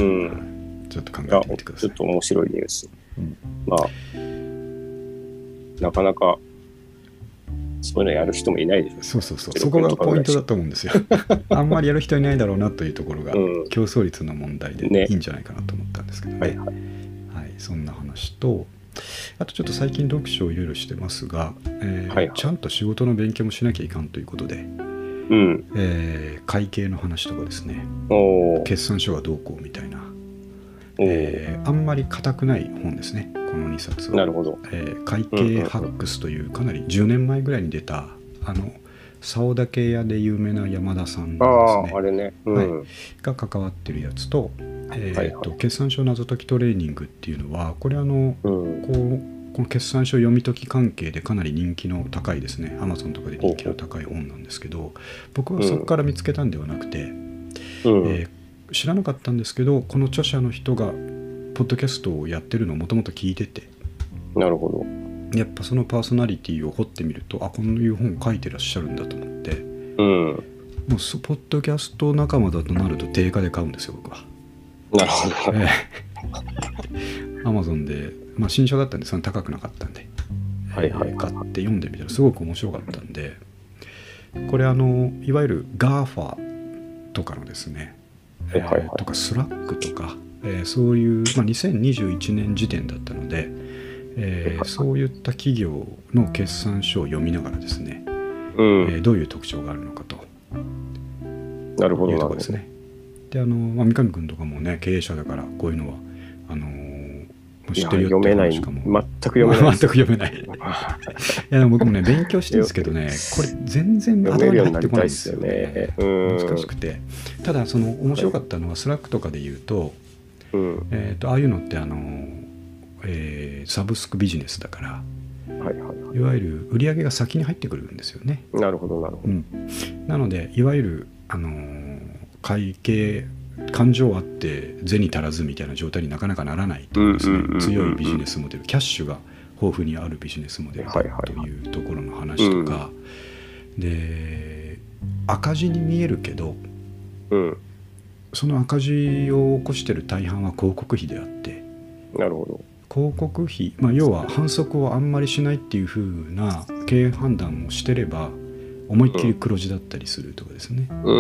ちょっと考えてみてください。 ちょっと面白いニュース。 うん、 まあ、なかなかそういうのやる人もいないでしょ。 そうそうそう、そこがポイントだと思うんですよ。あんまりやる人いないだろうなというところが、うん、競争率の問題でいいんじゃないかなと思ったんですけどね。ね、はいはい、はい、そんな話と、あとちょっと最近読書をいろいろしてますが、えーはいはい、ちゃんと仕事の勉強もしなきゃいかんということで、うん、えー、会計の話とかですね、決算書がどうこうみたいな、えー、あんまり硬くない本ですね、このにさつは。なるほど。えー、会計ハックスというかなりじゅうねんまえぐらいに出た、あの竿竹屋で有名な山田さんですね、 ああれね、うん、 はい、が関わってるやつと、えーとはいはい、決算書謎解きトレーニングっていうのは、これあの、うん、こうこの決算書読み解き関係でかなり人気の高いですね、Amazon とかで人気の高い本なんですけど、僕はそこから見つけたんではなくて、うん、えー、知らなかったんですけど、この著者の人がポッドキャストをやってるのをもともと聞いてて、 なるほど。 やっぱそのパーソナリティを掘ってみると、あ、こういう本を書いてらっしゃるんだと思って、うん、もうポッドキャスト仲間だとなると定価で買うんですよ、僕は。 なるほど。えー、Amazon で、まあ、新書だったんでそんな高くなかったんで、はいはいはい、えー、買って読んでみたらすごく面白かったんで、これあのいわゆる ガーファ とかのですね、はいはいはい、えー、とかスラックとか、えー、そういう、まあ、にせんにじゅういちねん時点だったので、えー、そういった企業の決算書を読みながらですね、うん、えー、どういう特徴があるのかとなるほどいうところですね。で、あの、まあ、三上君とかもね経営者だからこういうのはあのー、知ってるよって話かも。 全く読めない。 全く読めない。いやでも僕もね勉強してるんですけどね、これ全然頭に入ってこないんですよね。難しくて。ただその面白かったのはスラックとかで言うと、うん、えーとああいうのってあの、えー、サブスクビジネスだから、はいはいはい、いわゆる売り上げが先に入ってくるんですよね。 なるほどなるほど。うん、 なのでいわゆるあの会計感情あって銭足らずみたいな状態になかなかならないというですね、強いビジネスモデル、キャッシュが豊富にあるビジネスモデルというところの話とか、で赤字に見えるけど、うん、その赤字を起こしている大半は広告費であって、 なるほど。 広告費、まあ、要は反則をあんまりしないっていう風な経営判断をしてれば思いっきり黒字だったりするとかですね、うん、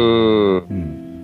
うん、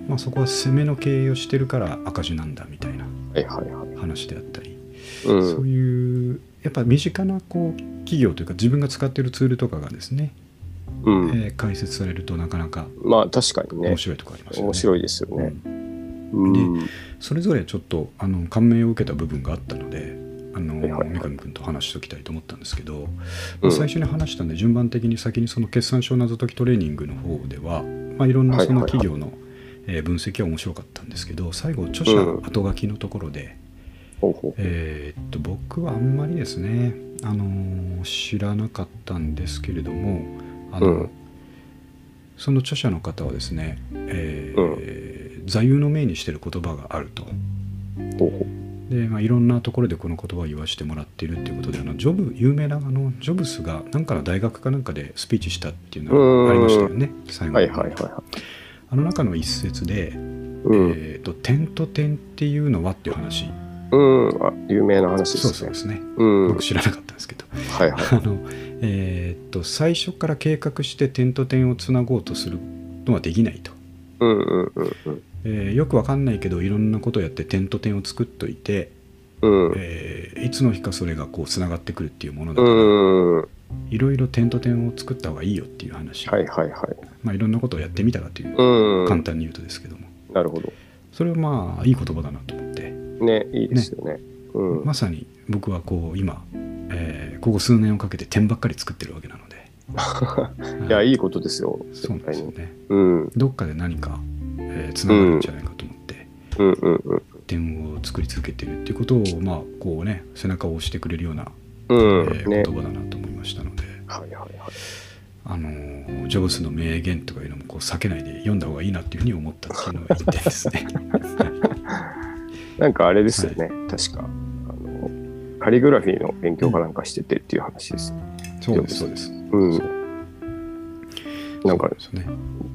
まあ、そこは攻めの経営をしてるから赤字なんだみたいな話であったり、はいはいはい、そういうやっぱ身近なこう企業というか自分が使っているツールとかがですね、うん、えー、解説されるとなかなかまあ確かにね面白いところありますよね。 面白いですよね、 うん、でそれぞれちょっとあの感銘を受けた部分があったので、あの、はいはい、三上君と話しておきたいと思ったんですけど、まあ、最初に話したんで順番的に先にその決算書謎解きトレーニングの方では、まあ、いろんなその企業の、はいはいはい、えー、分析は面白かったんですけど、最後著者後書きのところで、うん、えー、っと僕はあんまりですね、あのー、知らなかったんですけれども、あの、うん、その著者の方はですね、えーうん、座右の銘にしている言葉があると。で、まあ、いろんなところでこの言葉を言わせてもらっているということで、あのジョブ有名なあのジョブスが何かの大学かなんかでスピーチしたっていうのがありましたよね、最後に。はいはいはいはい、あの中の一節で、うん、えーと、点と点っていうのはっていう話、 うん、あ、有名な話ですね。 そうそうですね、うん、僕知らなかったんですけど、はいはい、あのえーと最初から計画して点と点をつなごうとするのはできないと、うんうんうんうん、えー、よくわかんないけどいろんなことをやって点と点を作っといて、うん、えー、いつの日かそれがこうつながってくるっていうものだから、うん、いろいろ点と点を作った方がいいよっていう話、はいはいはい、まあ、いろんなことをやってみたらという、うん、簡単に言うとですけども、 なるほど、 それはまあいい言葉だなと思ってね、いいですよね、うん、 まさに僕はこう今、えー、ここ数年をかけて点ばっかり作ってるわけなのでいや、いいことですよ。 そうなんですよね、うん、どっかで何かえー、つながるんじゃないかと思って、うんうんうん、点を作り続けてるっていうことを、まあこうね、背中を押してくれるような、うん、えーね、言葉だなと思いましたので、はいはいはい、あのジョブスの名言とかいうのもこう避けないで読んだ方がいいなっていうふうに思ったっていうのが一点ですね。 なんかあれですよね、はい、確かあのカリグラフィーの勉強かなんかしててっていう話です、ね、 うん、そうですそうです、 うん、なんかですね、途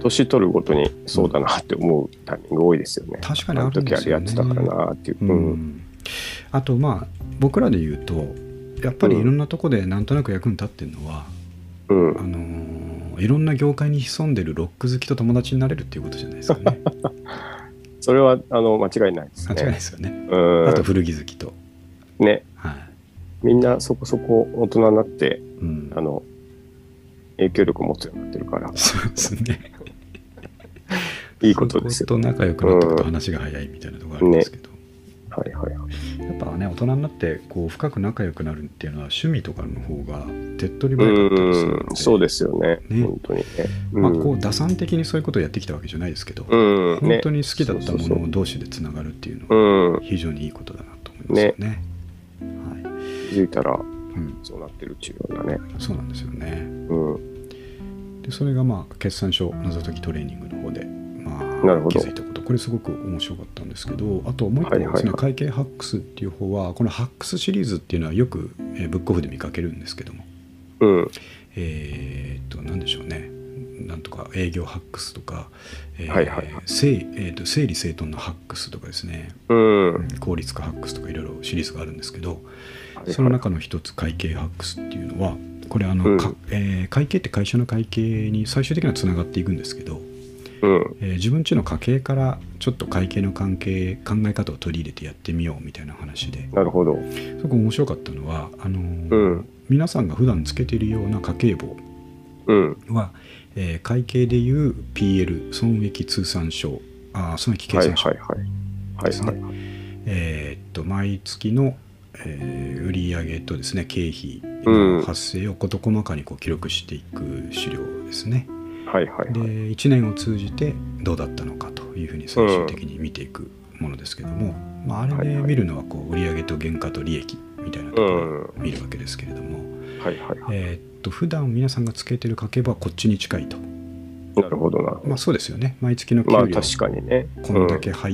年取るごとにそうだなって思うタイミング多いですよね。 確かにあるんですよね。 あの時あれやってたからなっていう、うんうん、あとまあ僕らで言うとやっぱりいろんなとこでなんとなく役に立ってるのは、うん、あのー、いろんな業界に潜んでるロック好きと友達になれるっていうことじゃないですかね。 それはあの間違いないですね。 間違いないですよね。 うん、 あと古着好きとね、 はい、 みんなそこそこ大人になって、 うん、 あの影響力を持つようになってるから。 そうですね。 いいことですよ。 そこと仲良くなってくと話が早いみたいなところあるんですけど、 うんね、はいはいはい。 やっぱね大人になってこう深く仲良くなるっていうのは趣味とかの方が手っ取り早かったりするので、 うんそうですよね。ね本当にね。 うん、まあこう打算的にそういうことをやってきたわけじゃないですけど、 うんね、 本当に好きだったもの同士でつながるっていうのは非常にいいことだなと思いますよね。ねはい、気づいたら、うん、そうなってるっていうようなね。 そうなんですよね。 うん、 でそれがまあ決算書謎解きトレーニングの方で、まあ、 なるほど気づいたこと、これすごく面白かったんですけど、あともう一個ですね、はいはいはい、会計ハックスっていう方はこのハックスシリーズっていうのはよく、えー、ブックオフで見かけるんですけども、 うん、 えー、っと何でしょうね、なんとか営業ハックスとか、えーはいはいはい、 整えー、と整理整頓のハックスとかですね、 うんうん、効率化ハックスとかいろいろシリーズがあるんですけど、はいはい、その中の一つ会計ハックスっていうのはこれあの、うんえー、会計って会社の会計に最終的にはつながっていくんですけど、 うんえー、自分家の家計からちょっと会計の関係考え方を取り入れてやってみようみたいな話で、 なるほど。 すごく面白かったのはあのーうん、 皆さんが普段つけているような家計簿は、うんえー、会計でいう ピーエル 損益通算書あ損益計算書ですね。えー、っと毎月の、えー、売上とですね経費の発生を事細かにこう記録していく資料ですね。 はいはいはい、 でいちねんを通じてどうだったのかというふうに最終的に見ていくものですけども、うんまあ、あれで見るのはこう売上と原価と利益みたいなところを見るわけですけれども、 うんはいはいはい、 えー、っと普段皆さんがつけてる家計簿はこっちに近いと。 なるほどな。 まあそうですよね。毎月の給料、 まあ、確かにね、 こんだけ入って、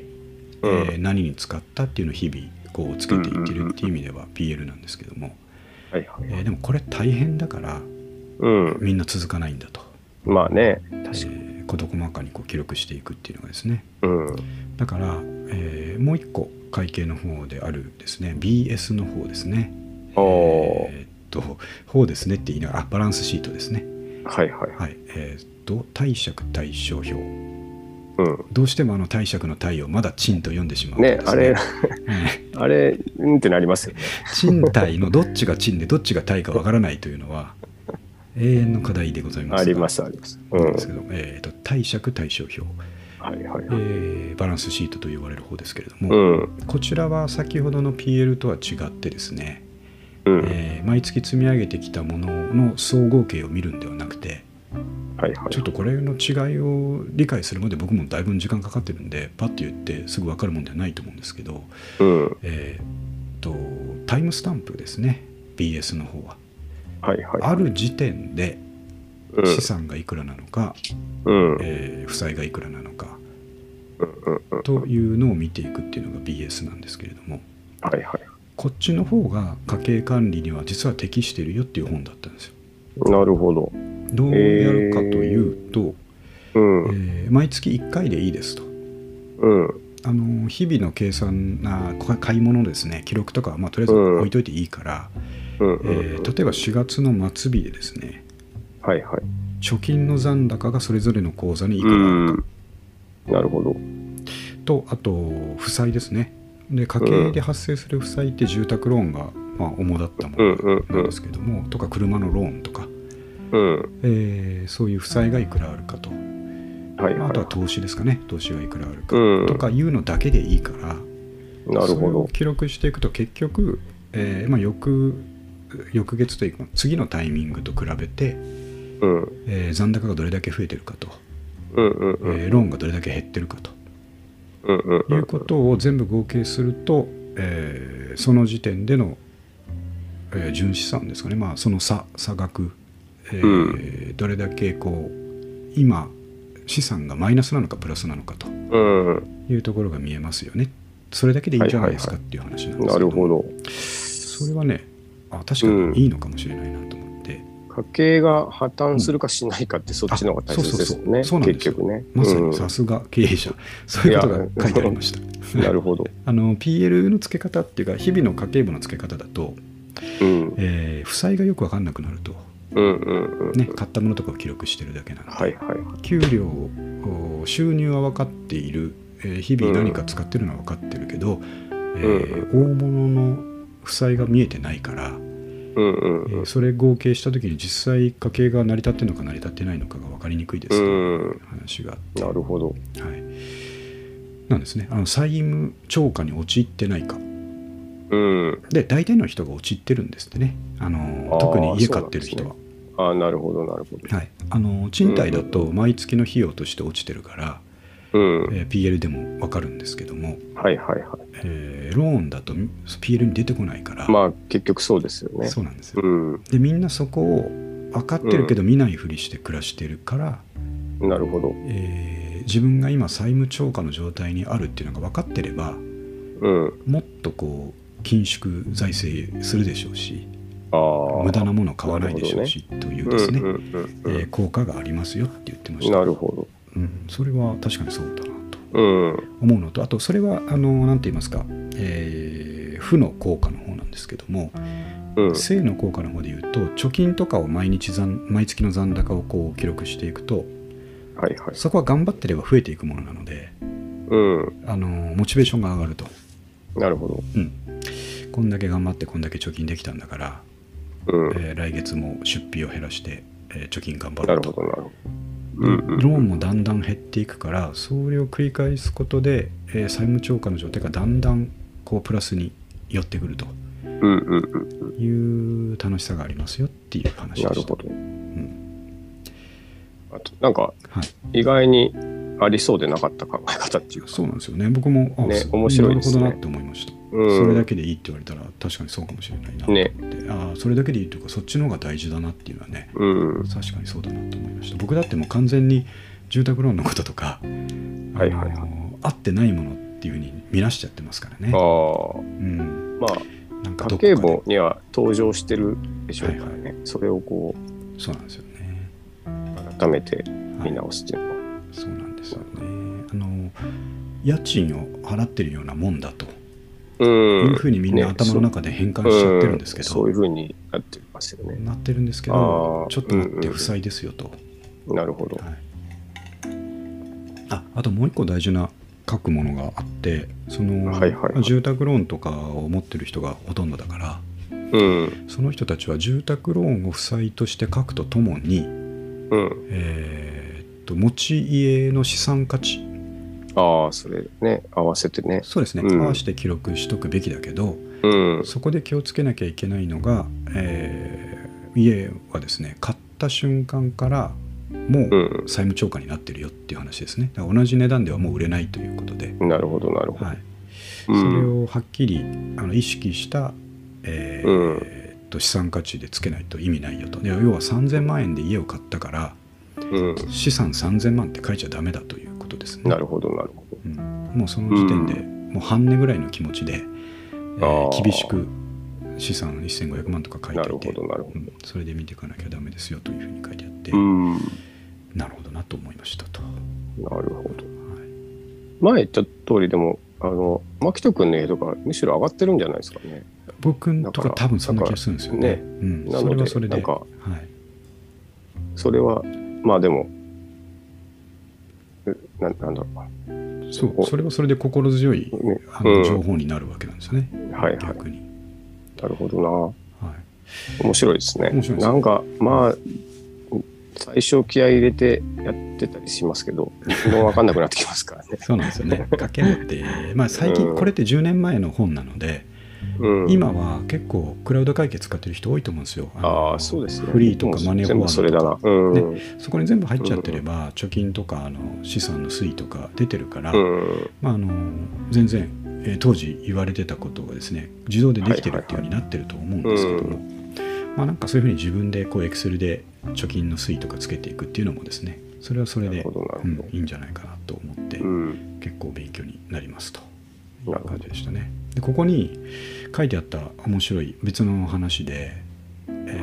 うんえー、何に使ったっていうのを日々こうつけていってるっていう意味では ピーエル なんですけども、 はいはいえー、でもこれ大変だから、 うん、 みんな続かないんだと。 まあね、確かに、えー、事細かにこう記録していくっていうのがですね、 うん、 だから、えー、もう一個会計の方であるですね ビーエス の方ですね、えー、っと方ですねって言いながらあバランスシートですね、 はいはいはい、えー、っと貸借対照表、 うん、 どうしてもあの貸借の貸をまだ賃と読んでしまうね、 ですね、 あれあれうんってなりますよね。 賃貸のどっちが賃でどっちが貸かわからないというのは永遠の課題でございます。 ありますあります。 うん、ですけど、えー、と貸借対照表、 はいはいはいえー、バランスシートと言われる方ですけれども、 うん、 こちらは先ほどの ピーエル とは違ってですね、 うんえー、毎月積み上げてきたものの総合計を見るんではなくて、 はいはい、 ちょっとこれの違いを理解するまで僕もだいぶ時間かかってるんでパッと言ってすぐ分かるもんではないと思うんですけど、 うんえー、とタイムスタンプですね ビーエス の方は、 はいはいはい、 ある時点で資産がいくらなのか、 うんえー、負債がいくらなのか、 うんうんうん、 というのを見ていくっていうのが ビーエス なんですけれども、 はいはい、 こっちの方が家計管理には実は適しているよっていう本だったんですよ。 なるほど。 どうやるかというと、 えーうんえー、毎月いっかいでいいですと、 うん、 あの日々の計算な買い物ですね記録とかは、まあ、とりあえず置いといていいから、 うんうんうんえー、例えばしがつの末日でですね、 はいはい、 貯金の残高がそれぞれの口座にいくらあるか、 うん、なるほど。 とあと負債ですね。で家計で発生する負債って住宅ローンが、まあ、主だったものなんですけども、うんうんうん、とか車のローンとか、 うんえー、そういう負債がいくらあるかと、 はいはい、 あとは投資ですかね、投資がいくらあるか、 うん、 とかいうのだけでいいから、 なるほど。 それを記録していくと結局、えーまあ、翌, 翌月というか次のタイミングと比べて、 うんえー、残高がどれだけ増えてるかと、 うんうんうんえー、ローンがどれだけ減ってるかと、 うんうんうん、 いうことを全部合計すると、えー、その時点での、えー、純資産ですかね、まあ、その 差, 差額、えーうん、どれだけこう今資産がマイナスなのかプラスなのかというところが見えますよね。それだけでいいんじゃないですかっていう話なんですけど、 なるほど。 それはねあ確かにいいのかもしれないなと思って、 家計が破綻するかしないかってそっちの方が大切ですよね、結局ね。 まさにさすが経営者、そういうことが書いてありました。 なるほど。 あの ピーエル の付け方っていうか日々の家計簿の付け方だと、うんえー、負債がよく分かんなくなると、うんうんうんね、買ったものとかを記録してるだけなので、はいはい、給料収入は分かっている、えー、日々何か使ってるのは分かってるけど、うんえー、大物の負債が見えてないから、うんうんうんえー、それ合計した時に実際家計が成り立ってるのか成り立ってないのかが分かりにくいですという話があって、 なるほど、はい、 なんですね。あの債務超過に陥ってないか、うん、で大体の人が陥ってるんですってね。あの特に家買ってる人は。 ああ、なるほどなるほど。 はい、あの賃貸だと毎月の費用として落ちてるから、うんえー、ピーエル でも分かるんですけども、 はいはいはい、 えー、ローンだと ピーエル に出てこないから、 まあ結局そうですよね。 そうなんですよ、うん、でみんなそこを分かってるけど見ないふりして暮らしてるから、 うん、なるほど、 えー、自分が今債務超過の状態にあるっていうのが分かってれば、うん、もっとこう緊縮財政するでしょうし、あ無駄なもの買わないでしょうし、ね、というですね、効果がありますよって言ってました。 なるほど、 うん、それは確かにそうだなと思うのと、あとそれはあの何て言いますか、えー、負の効果の方なんですけども、うん、正の効果の方で言うと貯金とかを毎日残毎月の残高をこう記録していくと、はいはい、そこは頑張ってれば増えていくものなので、うん、あのモチベーションが上がると。 なるほど、 うん、こんだけ頑張ってこんだけ貯金できたんだから、うんえー、来月も出費を減らして、えー、貯金頑張ろうと。なるほどなるほど。うんうん、ローンもだんだん減っていくから、それを繰り返すことで、えー、債務超過の状態がだんだんこうプラスに寄ってくるという楽しさがありますよっていう話でした。なるほど、うん、 あとなんか、はい、意外にありそうでなかった考え方っていうか、 そうなんですよね。僕もあ、ね、面白いですね。なるほどなって思いました、うん、それだけでいいって言われたら確かにそうかもしれないなと思って、ね、あそれだけでいいというかそっちの方が大事だなっていうのはね、うん、確かにそうだなと思いました。僕だってもう完全に住宅ローンのこととか、はいはいはい、合ってないものっていうふうに見なしちゃってますからね。あ、 うん、まあなんか家計簿には登場してるでしょうからね、はいはい、それをこうそうなんですよね、 改めて見直すっていうのは、はい、 そうなんですよね。あの家賃を払ってるようなもんだというふうにみんな頭の中で変換しちゃってるんですけど、 ね、そういうふうになってますよね。 なってるんですけど、ちょっと待って負債ですよと、 うんうん、なるほど、はい、 あ, あともう一個大事な書くものがあって、その、はいはいはい、住宅ローンとかを持ってる人がほとんどだから、うん、その人たちは住宅ローンを負債として書くとともに、うんえー、っと持ち家の資産価値、 ああそれね合わせてね、 そうですね、うん、合わせて記録しとくべきだけど、うん、そこで気をつけなきゃいけないのが、えー、家はですね買った瞬間からもう債務超過になってるよっていう話ですね。だから同じ値段ではもう売れないということで、 なるほどなるほど、はい、 それをはっきりあの意識した、えーうんえー、っと資産価値でつけないと意味ないよと。で要はさんぜんまんえんで家を買ったから、うん、資産さんぜんまんって書いちゃダメだということですね。 なるほどなるほど、 うん、もうその時点で、うん、もう半値ぐらいの気持ちで、えー、厳しく資産せんごひゃくまんとか書いていて、なるほどなるほど、うん、それで見ていかなきゃダメですよというふうに書いてあって、うん、なるほどなと思いましたと。 なるほど、はい、前言った通りでもあの牧人君の家とかむしろ上がってるんじゃないですかね。 僕のとか多分そんな気がするんですよね。ね、うん、なのでそれはそれでなんか、はい、 それはまあでも な, なんだろうなそうそれはそれで心強い、ね、あの情報になるわけなんですよね、うん、はいはい、逆に。 なるほどな、はい、面白いですね。面白いですね。なんかまあ最初気合い入れてやってたりしますけどもう分かんなくなってきますからね。 そうなんですよね。家計簿って、まあ、最近これってじゅうねんまえの本なので、うん、今は結構クラウド会計使ってる人多いと思うんですよ。 ああそうですね。 フリーとかマネーフォワードとかそれだな、うんね、そこに全部入っちゃってれば、うん、貯金とかあの資産の推移とか出てるから、うんまあ、あの全然、えー、当時言われてたことがですね自動でできてるっていうようになってると思うんですけども、はいはいはいまあ、なんかそういうふうに自分でこう Excel で貯金の推移とかつけていくっていうのもですねそれはそれで、うん、いいんじゃないかなと思って、うん、結構勉強になりますという感じでしたね。でここに書いてあった面白い別の話で、えー、と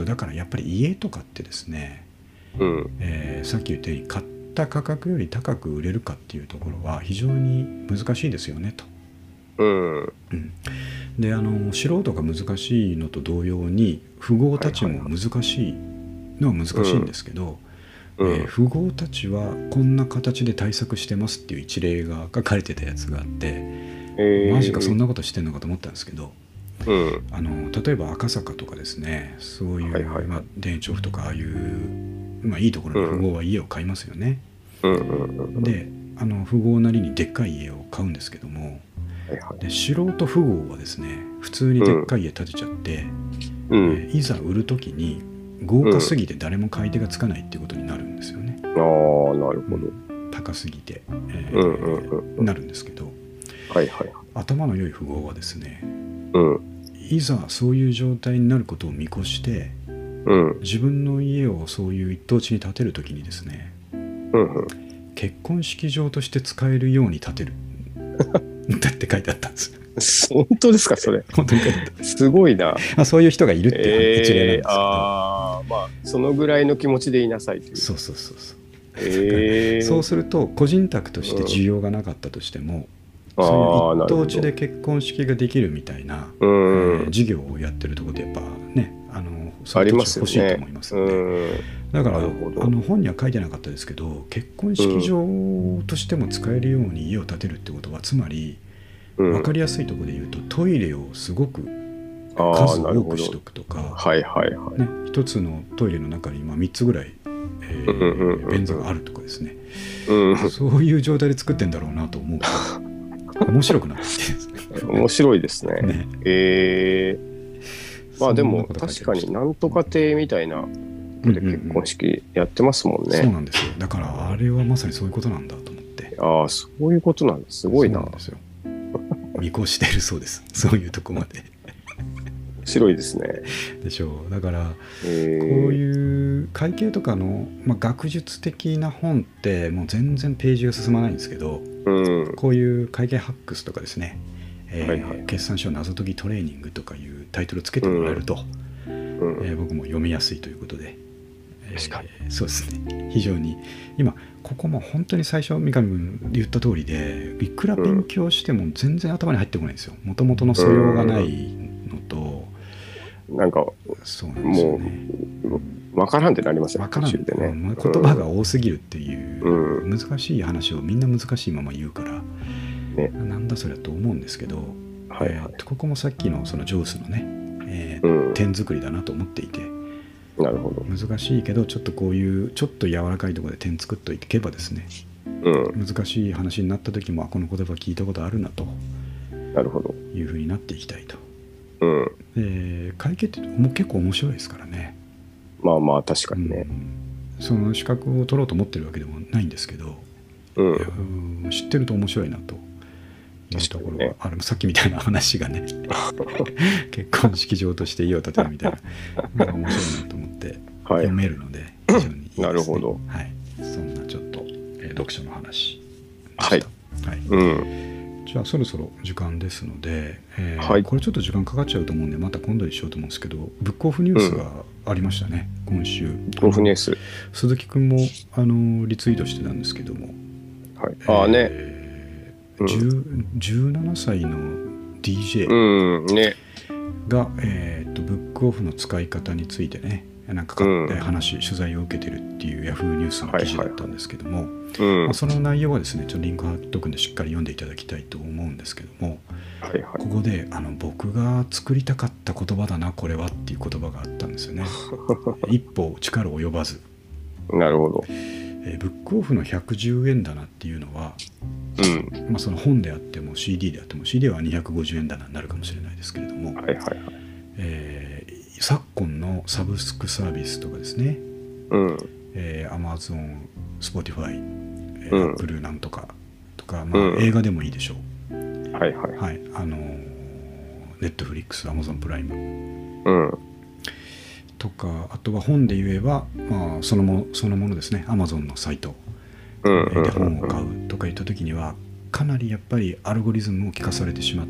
とだからやっぱり家とかってですね、 うんえーさっき言ったように買った価格より高く売れるかっていうところは非常に難しいですよねと。 うんうん、であの素人が難しいのと同様に富豪たちも難しいのは難しいんですけど、 うんえー富豪たちはこんな形で対策してますっていう一例が書かれてたやつがあって、 えー、 マジかそんなことしてんのかと思ったんですけど、 うんあの例えば赤坂とかですね、そういう、 はいはいはいまあ、田園調布とかああいう、まあ、いいところの富豪は家を買いますよね、 うんうんうんであの富豪なりにでっかい家を買うんですけども、 はいはいで素人富豪はですね普通にでっかい家建てちゃって、 うんえーいざ売るときに豪華すぎて誰も買い手がつかないっていうことになるんですよね、 ああなるほど、 高すぎて、えーうんうんうんうんなるんですけど、 はいはいはい頭の良い富豪はですねうんいざそういう状態になることを見越してうん自分の家をそういう一等地に建てるときにですね、 うんうん結婚式場として使えるように建てるだって書いてあったんです本当ですかそれ本当に書いてあったすごいなまあそういう人がいるっていう一例なんですけど、 ああまあそのぐらいの気持ちでいなさいというそうそうそうそう、 えー、 そうすると個人宅として需要がなかったとしても、 うん、 そういう一あーなるほど等地で結婚式ができるみたいな、 うんえー事業をやってるところでやっぱねあのそあういう土地りますよね欲しいと思いますので、 うんだからあなるほどの本には書いてなかったですけど結婚式場としても使えるように家を建てるってことはつまりうん分かりやすいところで言うとトイレをすごくあー数なるほど多くしとくとか、 はいはいはい、 ね、一つのトイレの中にまあみっつぐらい、えーうんうんうんうん便座があるとかですね、 うん、 そういう状態で作ってんだろうなと思うと面白くなってきてですね面白いですね。 ねえー、まあでもそんなこと書いてました確かになんとか亭みたいなで結婚式やってますもんね。 そうなんですよ。だからあれはまさにそういうことなんだと思って。 ああそういうことなんです。すごいな。 そうなんですよ。見越してるそうです。そういうとこまで。 面白いですね。 でしょう。だからえー、 こういう会計とかの、まあ、学術的な本ってもう全然ページが進まないんですけど、 うんこういう会計ハックスとかですね、えーはいはい決算書謎解きトレーニングとかいうタイトルつけてもらえると、 うんえー僕も読みやすいということで、えー確かにそうですね非常に今ここも本当に最初三上君言った通りでいくら勉強しても全然頭に入ってこないんですよ。もともとの素養がないのと、 なんかそうなんですよね。 分からんってなりますよわからん、 途中でね。 うん言葉が多すぎるっていう、 うん難しい話をみんな難しいまま言うから、 ねなんだそれと思うんですけど、 はいはいえーとここもさっきのそのジョースのね、えーうん点作りだなと思っていて、 なるほど。 難しいけどちょっとこういうちょっと柔らかいところで点作っといけばですね、 うん難しい話になった時もあこの言葉聞いたことあるなとなるほど。 いうふうになっていきたいと。 うんで会計ってもう結構面白いですからね。 まあまあ確かにね。 うんその資格を取ろうと思ってるわけでもないんですけど、 うんうん知ってると面白いなというところが、 ね、 あれもさっきみたいな話がね結婚式場として家を建てるみたいな面白いなと思ってはい読めるので非常にいいですね。 なるほど。 はい、そんなちょっと、えー読書の話ではいした。はいうんじゃあそろそろ時間ですので、えーはいこれちょっと時間かかっちゃうと思うんでまた今度にしようと思うんですけどブックオフニュースがありましたね、今週。 オフニュース。 鈴木くんもあのリツイートしてたんですけども、 はい。ああね。 えーうん 10 じゅうななさいの ディージェーうんね。 が、えーとブックオフの使い方についてねなんかうん話、取材を受けてるっていうヤフーニュースの記事だったんですけども、 うんまあ、その内容はですねちょっとリンク貼っとくんでしっかり読んでいただきたいと思うんですけども、 はいはい。 ここであの僕が作りたかった言葉だなこれはっていう言葉があったんですよね。一歩力及ばず、 なるほど。 えーブックオフのひゃくじゅうえん棚っていうのは、 うん。 まあ、その本であっても シーディー であっても シーディー はにひゃくごじゅうえん棚になるかもしれないですけれども、 はいはいはい。 えー昨今のサブスクサービスとかですね、 うん。 えー、Amazon、Spotify、えうんー、Apple なんとかとか、まあうん映画でもいいでしょはいはう。はい、あのー、Netflix、Amazon プライムい。うん。 とか、あとは本で言えば、まあ、そのもそのものですね、Amazon のサイトうん。 で本を買うとか言った時には、 かなりやっぱりアルゴリズムを聞かされてしまって、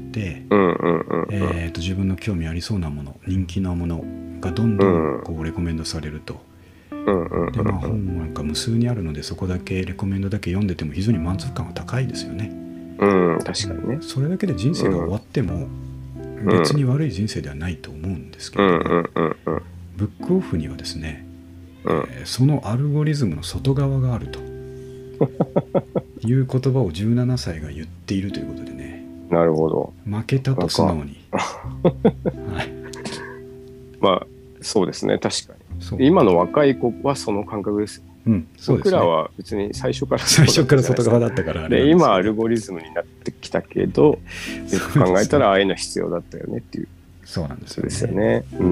うんうんうんうん、 えー、と自分の興味ありそうなもの、人気なものがどんどんこうレコメンドされると、 うんうんうん、 で、まあ、本なんか無数にあるので、そこだけレコメンドだけ読んでても非常に満足感は高いですよね。 うん、確かにね。 それだけで人生が終わっても別に悪い人生ではないと思うんですけど、 うんうんうんうん、 ブックオフにはですね、 うん、 えーそのアルゴリズムの外側があるという言葉をじゅうななさいが言っているということでね、 なるほど。 負けたと素直に、はい、 まあそうですね、確かに。 そう今の若い子はその感覚ですよ。 うん、そうですね、 僕らは別に最初から最初から外側だったからあれなんですで、 けど、 今アルゴリズムになってきたけど、よく考えたらああいうの必要だったよねっていう。 そうなんですよね。 そうですよね。うん。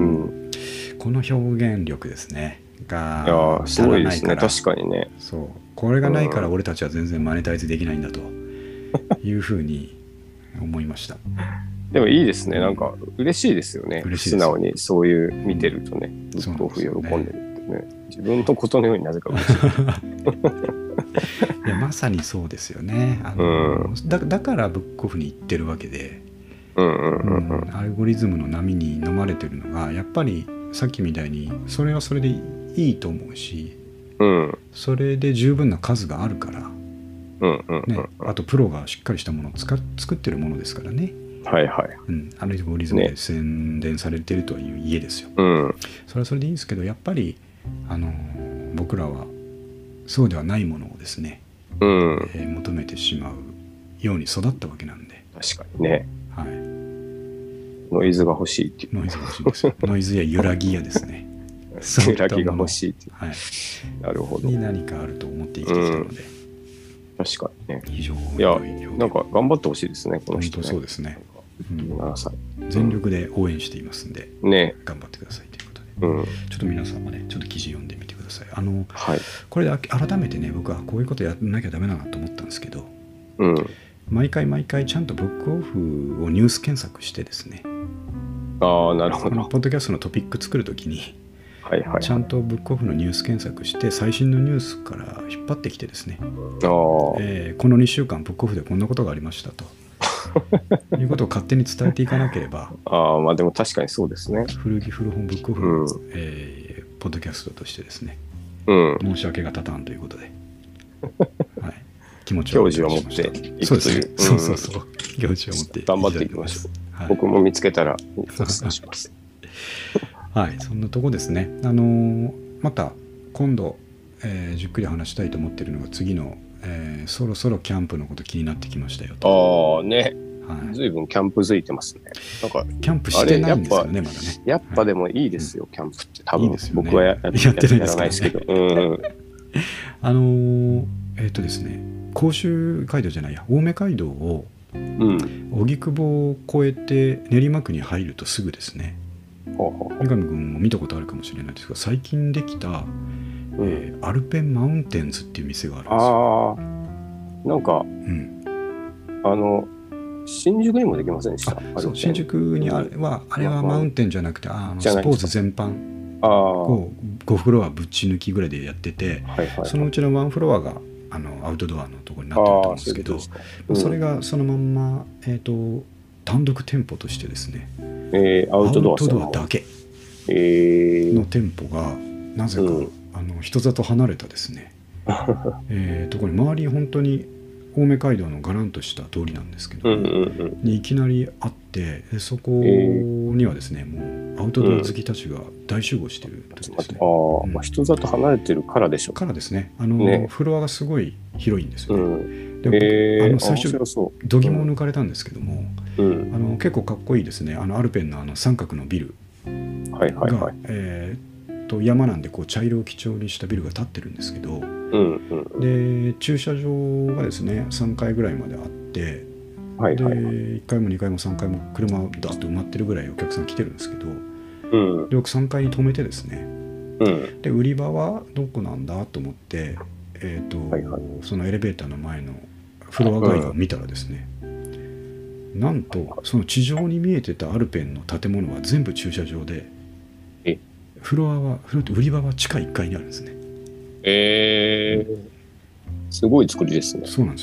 この表現力ですねがいやーすごいですね。 足らないから、 確かにね。 そうこれがないから俺たちは全然マネタイズできないんだというふうに思いました。 でもいいですね。なんか嬉しいですよね。 嬉しいです素直にそういう見てるとね、ブそうックオフ喜んでなんですよねるってね。自分のことのようになぜか嬉しい。 いやまさにそうですよね。あの、 うん、 だ, だからブックオフに行ってるわけで、 うんうんうんうんうん、アルゴリズムの波に飲まれてるのがやっぱりさっきみたいにそれはそれでいいと思うし、 うん、 それで十分な数があるから、 うんうんね、あとプロがしっかりしたものを使作ってるものですからね、 はいはい。 うん、アルゴリズムで宣伝されてるという家ですよ、 うん、 それはそれでいいんですけど、やっぱり、あのー僕らはそうではないものをですね、 うん、 えー求めてしまうように育ったわけなんで、 確かにね。 はい、 ノイズが欲しいっていう。 ノイズが欲しいんですよ。ノイズや揺らぎやですね。そういったもの揺らぎが欲しいっていう。 はい、 なるほど。 に何かあると思って生きてきたので、 確かにね。 非常にいや良い表現、 なんか頑張ってほしいですね、この本人ね。 当そうですね、うんじゅうななさい。 全力で応援していますんで、 ね。 頑張ってくださいということで、 うん。 ちょっと皆さんもね、ちょっと記事読んでみてください。あのはい。 これで改めてね、僕はこういうことやらなきゃダメだなと思ったんですけど、 うん。 毎回毎回ちゃんとブックオフをニュース検索してですね、 ああ、なるほど。 このポッドキャストのトピック作るときにはいはい、はい。 ちゃんとブックオフのニュース検索して最新のニュースから引っ張ってきてですね、 ああ、 えーこのにしゅうかんブックオフでこんなことがありましたということを勝手に伝えていかなければ、 ああ、まあでも確かにそうですね。 古着古本ブックオフの、 うん。 えーポッドキャストとしてですね、 うん。 申し訳が立たんということで、はい、気持ちを教授を持っていくという。 そうですね、そうそうそう行事を持って頑張っていきましょう。 はい、 僕も見つけたらお伝えします。 はい、そんなとこですね。あのーまた今度、えーじっくり話したいと思っているのが次の、えーそろそろキャンプのこと気になってきましたよと。 ああね、 はい、 ずいぶんキャンプづいてますね。なんかキャンプしてないんですよね、まだね。 やっぱでもいいですよ、キャンプって多分。 いいですよね僕はやややってないですけどねやらないですけど。うん。 あのーえっ、とですね、甲州街道じゃないや、青梅街道をうん。 荻窪を越えて練馬区に入るとすぐですね、 ほうほうほう。 三上君も見たことあるかもしれないですが、最近できた、 うんえーアルペンマウンテンズっていう店があるんですよ。 ああ、なんか、 うんあの、新宿にもできませんでした。 あそう新宿にあれは、あれはマウンテンじゃなくて、あのじゃないスポーツ全般ああ、 をごフロアぶち抜きぐらいでやってて、 はいはい。 そのうちのワンフロアがあのアウトドアのところになってると思うんですけど、 ああ、そういうことですか。 それがそのまんま、えー、と単独店舗としてですね、 えー、アウトドアアウトドアだけえー、 の店舗がなぜか、 うんあの人里離れたですね、えー、ところに周り本当に青梅街道のがらんとした通りなんですけど、 うんうんうん。 にいきなりあってでそこにはですね、もうアウトドア好きたちが大集合してるとですね、 ああ、まあ、人里離れてるからでしょうからですね、あのねフロアがすごい広いんですようね。 ん。 で僕えー、 あの最初面白そう。 度肝を抜かれたんですけども、 うん。 あの結構かっこいいですね。あのアルペンのあの三角のビルはいはいが、 はい。 えーと山なんでこう茶色を基調にしたビルが建ってるんですけど、 うんうん。 で駐車場がですねさんがいぐらいまであって、ではいはいはい。 いっかいもにかいもさんかいも車ダーッと埋まってるぐらいお客さん来てるんですけど、 うんで僕さんがいに止めてですね、 うん。 で売り場はどこなんだと思って、えーとはいはいそのエレベーターの前のフロアガイドを見たらですね、なんとその地上に見えてたアルペンの建物は全部駐車場で、 えフロアはフロアって売り場は地下いっかいにあるんですね。 えー、すごい作りですね。 そうなんですよ。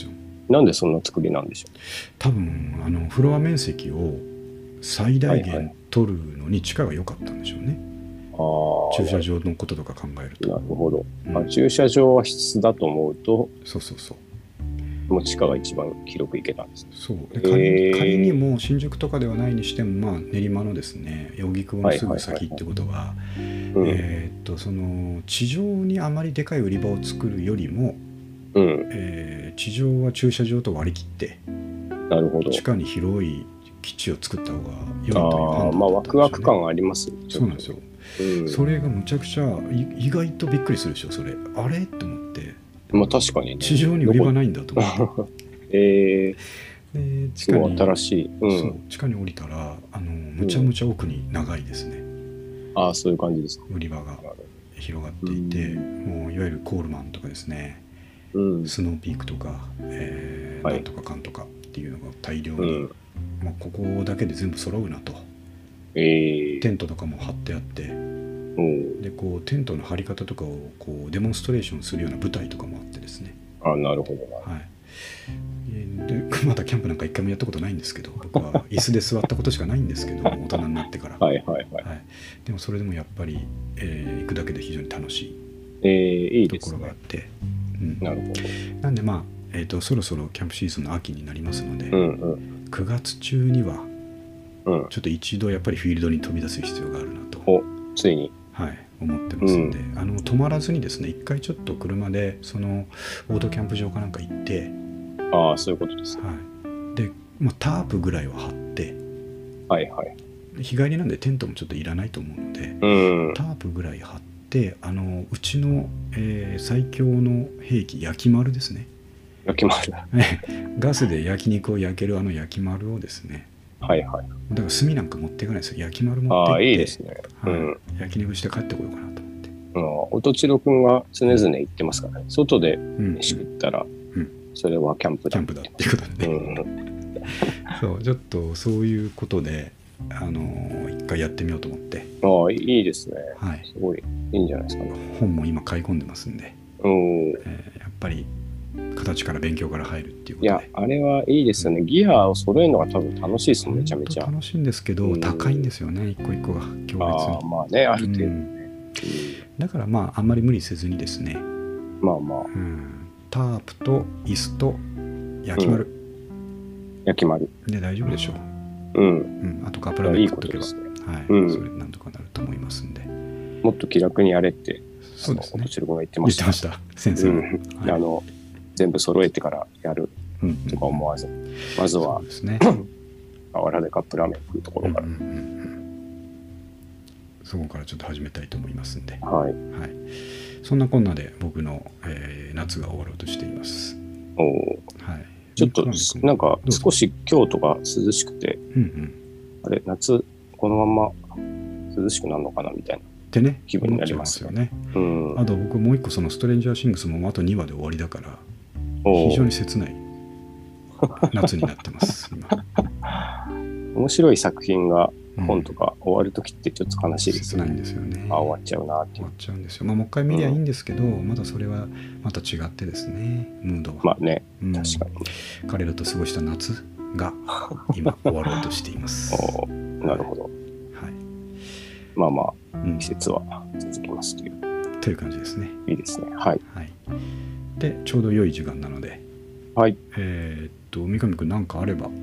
なんでそんな作りなんでしょ多分あのフロア面積を最大限取るのに地価が良かったんでしょうね、 う。あ駐車場のこととか考えるあ、なと。 るほど、 うんあ。駐車場は必須だと思うと、 そうそうそうもう地価が一番広くいけたんです。 そうで仮に、 えー仮にも新宿とかではないにしても、まあ、練馬のですね荻窪のすぐ先ってことは、 うんえーっとその地上にあまりでかい売り場を作るよりも、 うん、 えー地上は駐車場と割り切ってなるほど。 地下に広い基地を作った方が良いというああ、 判断まあワクだったんですよね。 ワク感ありますよ。 そうなんですよ、 うん、 それがむちゃくちゃい意外とびっくりするでしょそれ。あれと思って、 まあ確かにね。 地上に売り場ないんだと思ってえでー、すごい地下に新しい。う。 そうん地下に降りたらあのむちゃむちゃ奥に長いですね、 ああ、そういう感じですか。 売り場が広がっていて、もういわゆるコールマンとかですね、 うん。 スノーピークとか、えーはいなんとかかんとかっていうのが大量うに、 ん、 まあ、ここだけで全部揃うなと。 えー、 テントとかも張ってあってうん。 でこうテントの張り方とかをこうデモンストレーションするような舞台とかもあってですね、 あ、なるほどな。 はい、でまだキャンプなんか一回もやったことないんですけど、僕は椅子で座ったことしかないんですけど大人になってから、 はいはいはい。 はい、でもそれでもやっぱり、えー行くだけで非常に楽しいえー、いいですねところがあっ。て、うんなるほど。 なんでまあ、えー、とそろそろキャンプシーズンの秋になりますので、 うんうんくがつ中にはうん。 ちょっと一度やっぱりフィールドに飛び出す必要があるなと、 お、ついに。 はい、思ってますんで、あの止まらずにですね一回ちょっと車でそのオートキャンプ場かなんか行って、 ああ、そういうことですね。 はい、で、まあ、タープぐらいは張ってはいはい。 日帰りなんでテントもちょっといらないと思うので、 うん。 タープぐらい張ってあのうちの、えー最強の兵器焼き丸ですね焼き丸。 ガスで焼肉を焼けるあの焼き丸をですね、 はいはい。 だから炭なんか持っていかないですよ、焼き丸持ってああ、 行っていいですね。 はいうん。 焼肉して帰ってこようかなと思って、 うん音千代くんが常々言ってますからね。外でうん、 飯食ったらうん、 それはキャンプだキャンプだっていうことでね、 うん。 そうちょっとそういうことであの一回やってみようと思って、 ああ、いいですね。 はい、 すごいいいんじゃないですかね。 本も今買い込んでますんで、 うん。 えーやっぱり形から勉強から入るっていうこいやとで、 あれはいいですよね。ギアを揃えるのが多分楽しいですもん、めちゃめちゃ。 本当楽しいんですけど、 うん高いんですよね一個一個が強烈に。 ああ、まあね、ある程度ね。 うんだからまああんまり無理せずにですね、 うんまあまあ、 うん、タープと椅子と焼き丸焼き丸。 で大丈夫でしょう、 うん。 うん、あとカップラーメいいン食っとけば、 ことですね。 はいうんそれなんとかなると思いますんで。 もっと気楽にやれって、 そうですね音千代くんが言ってました。 言ってました先生も、 うんはいあの、全部揃えてからやるうんうんとか思わず、まずそはうですね河原でカップラーメン食うところから。 うんうんうんうんそこからちょっと始めたいと思いますんで、ははい。 い、そんなこんなで僕の、えー夏が終わろうとしています。 おーはい、 ちょっと三上君なんかどうぞ少し京都が涼しくて、 うんうんあれ、夏このまま涼しくなるのかなみたいな。 ってね気分になります思っちゃいますよね。 うん。 あと僕もう一個そのストレンジャーシングスもあとにわで終わりだからおー非常に切ない夏になってます今。 面白い作品がうん本とか終わるときってちょっと悲しいですよね。 切ないんですよね。 あ、終わっちゃうなっていう終わ。っちゃうんですよ。まあもう一回見りゃいいんですけど、まだそれはまた違ってですねムードは、 まあね、 うん確かに。 彼らと過ごした夏が今終わろうとしています。はおーなるほど。 い、 まあまあ、 うん季節は続きますという。 という感じですね。 いいですね。はい。 はい。でちょうど良い時間なので、 はい。 えーっと三上くんなんかあれば。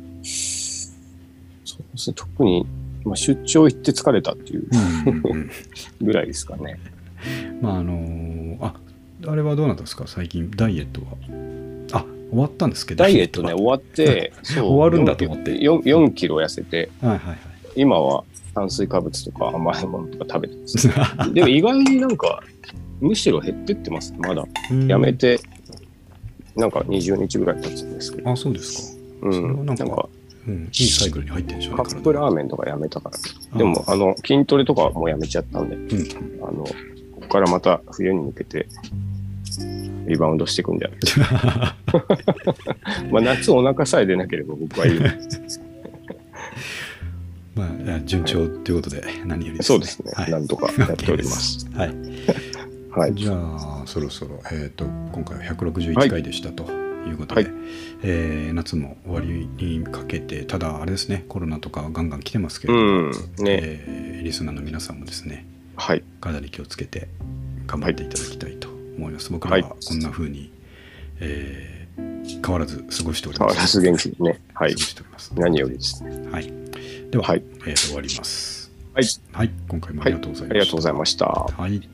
そうですね。特に、まあ、出張行って疲れたっていううんうんうんぐらいですかね。 まああのーああれはどうなんですか最近ダイエットは。あ終わったんですけどダイエットね、 は終わって、そう終わるんだと思ってよん, よんキロ痩せて、 はいはい今は炭水化物とか甘いものとか食べてます。 はでも意外になんか、むしろ減ってってます。まだ。 い。 やめて、なんかにじゅうにちぐらい経つんですけど。 あそうですか。 うそれはん。 なかなんんか、 うん、いいサイクルに入ってるんでしょうね。 カップラーメメンとかやめたから。でも、あの、筋トレとかはもうやめちゃったんで、 ン。うんあの、ここからまた冬に向けて、リバウンドしていくんじゃないまあ夏お腹さえ出なければ僕はいいです。 まあ順調ということで何よりですそうですね。 はい、 なんとかやっております。 はい。 はい。 じゃあそろそろえっ、と今回はひゃくろくじゅういっかいでしたということで、 はい、 えー夏も終わりにかけて、ただあれですね、コロナとかガンガン来てますけれども、 うんねえーリスナーの皆さんもですね、 はい、 かなり気をつけて頑張っていただきたいと思います。僕らはこんな風に、えー変わらず過ごしております。 変わらず元気にね。はい。 過ごしております。 何よりですね。 はい。では、 はい、 えー終わります。 はい。 はい。今回もありがとうございました。 ありがとうございました。 はい。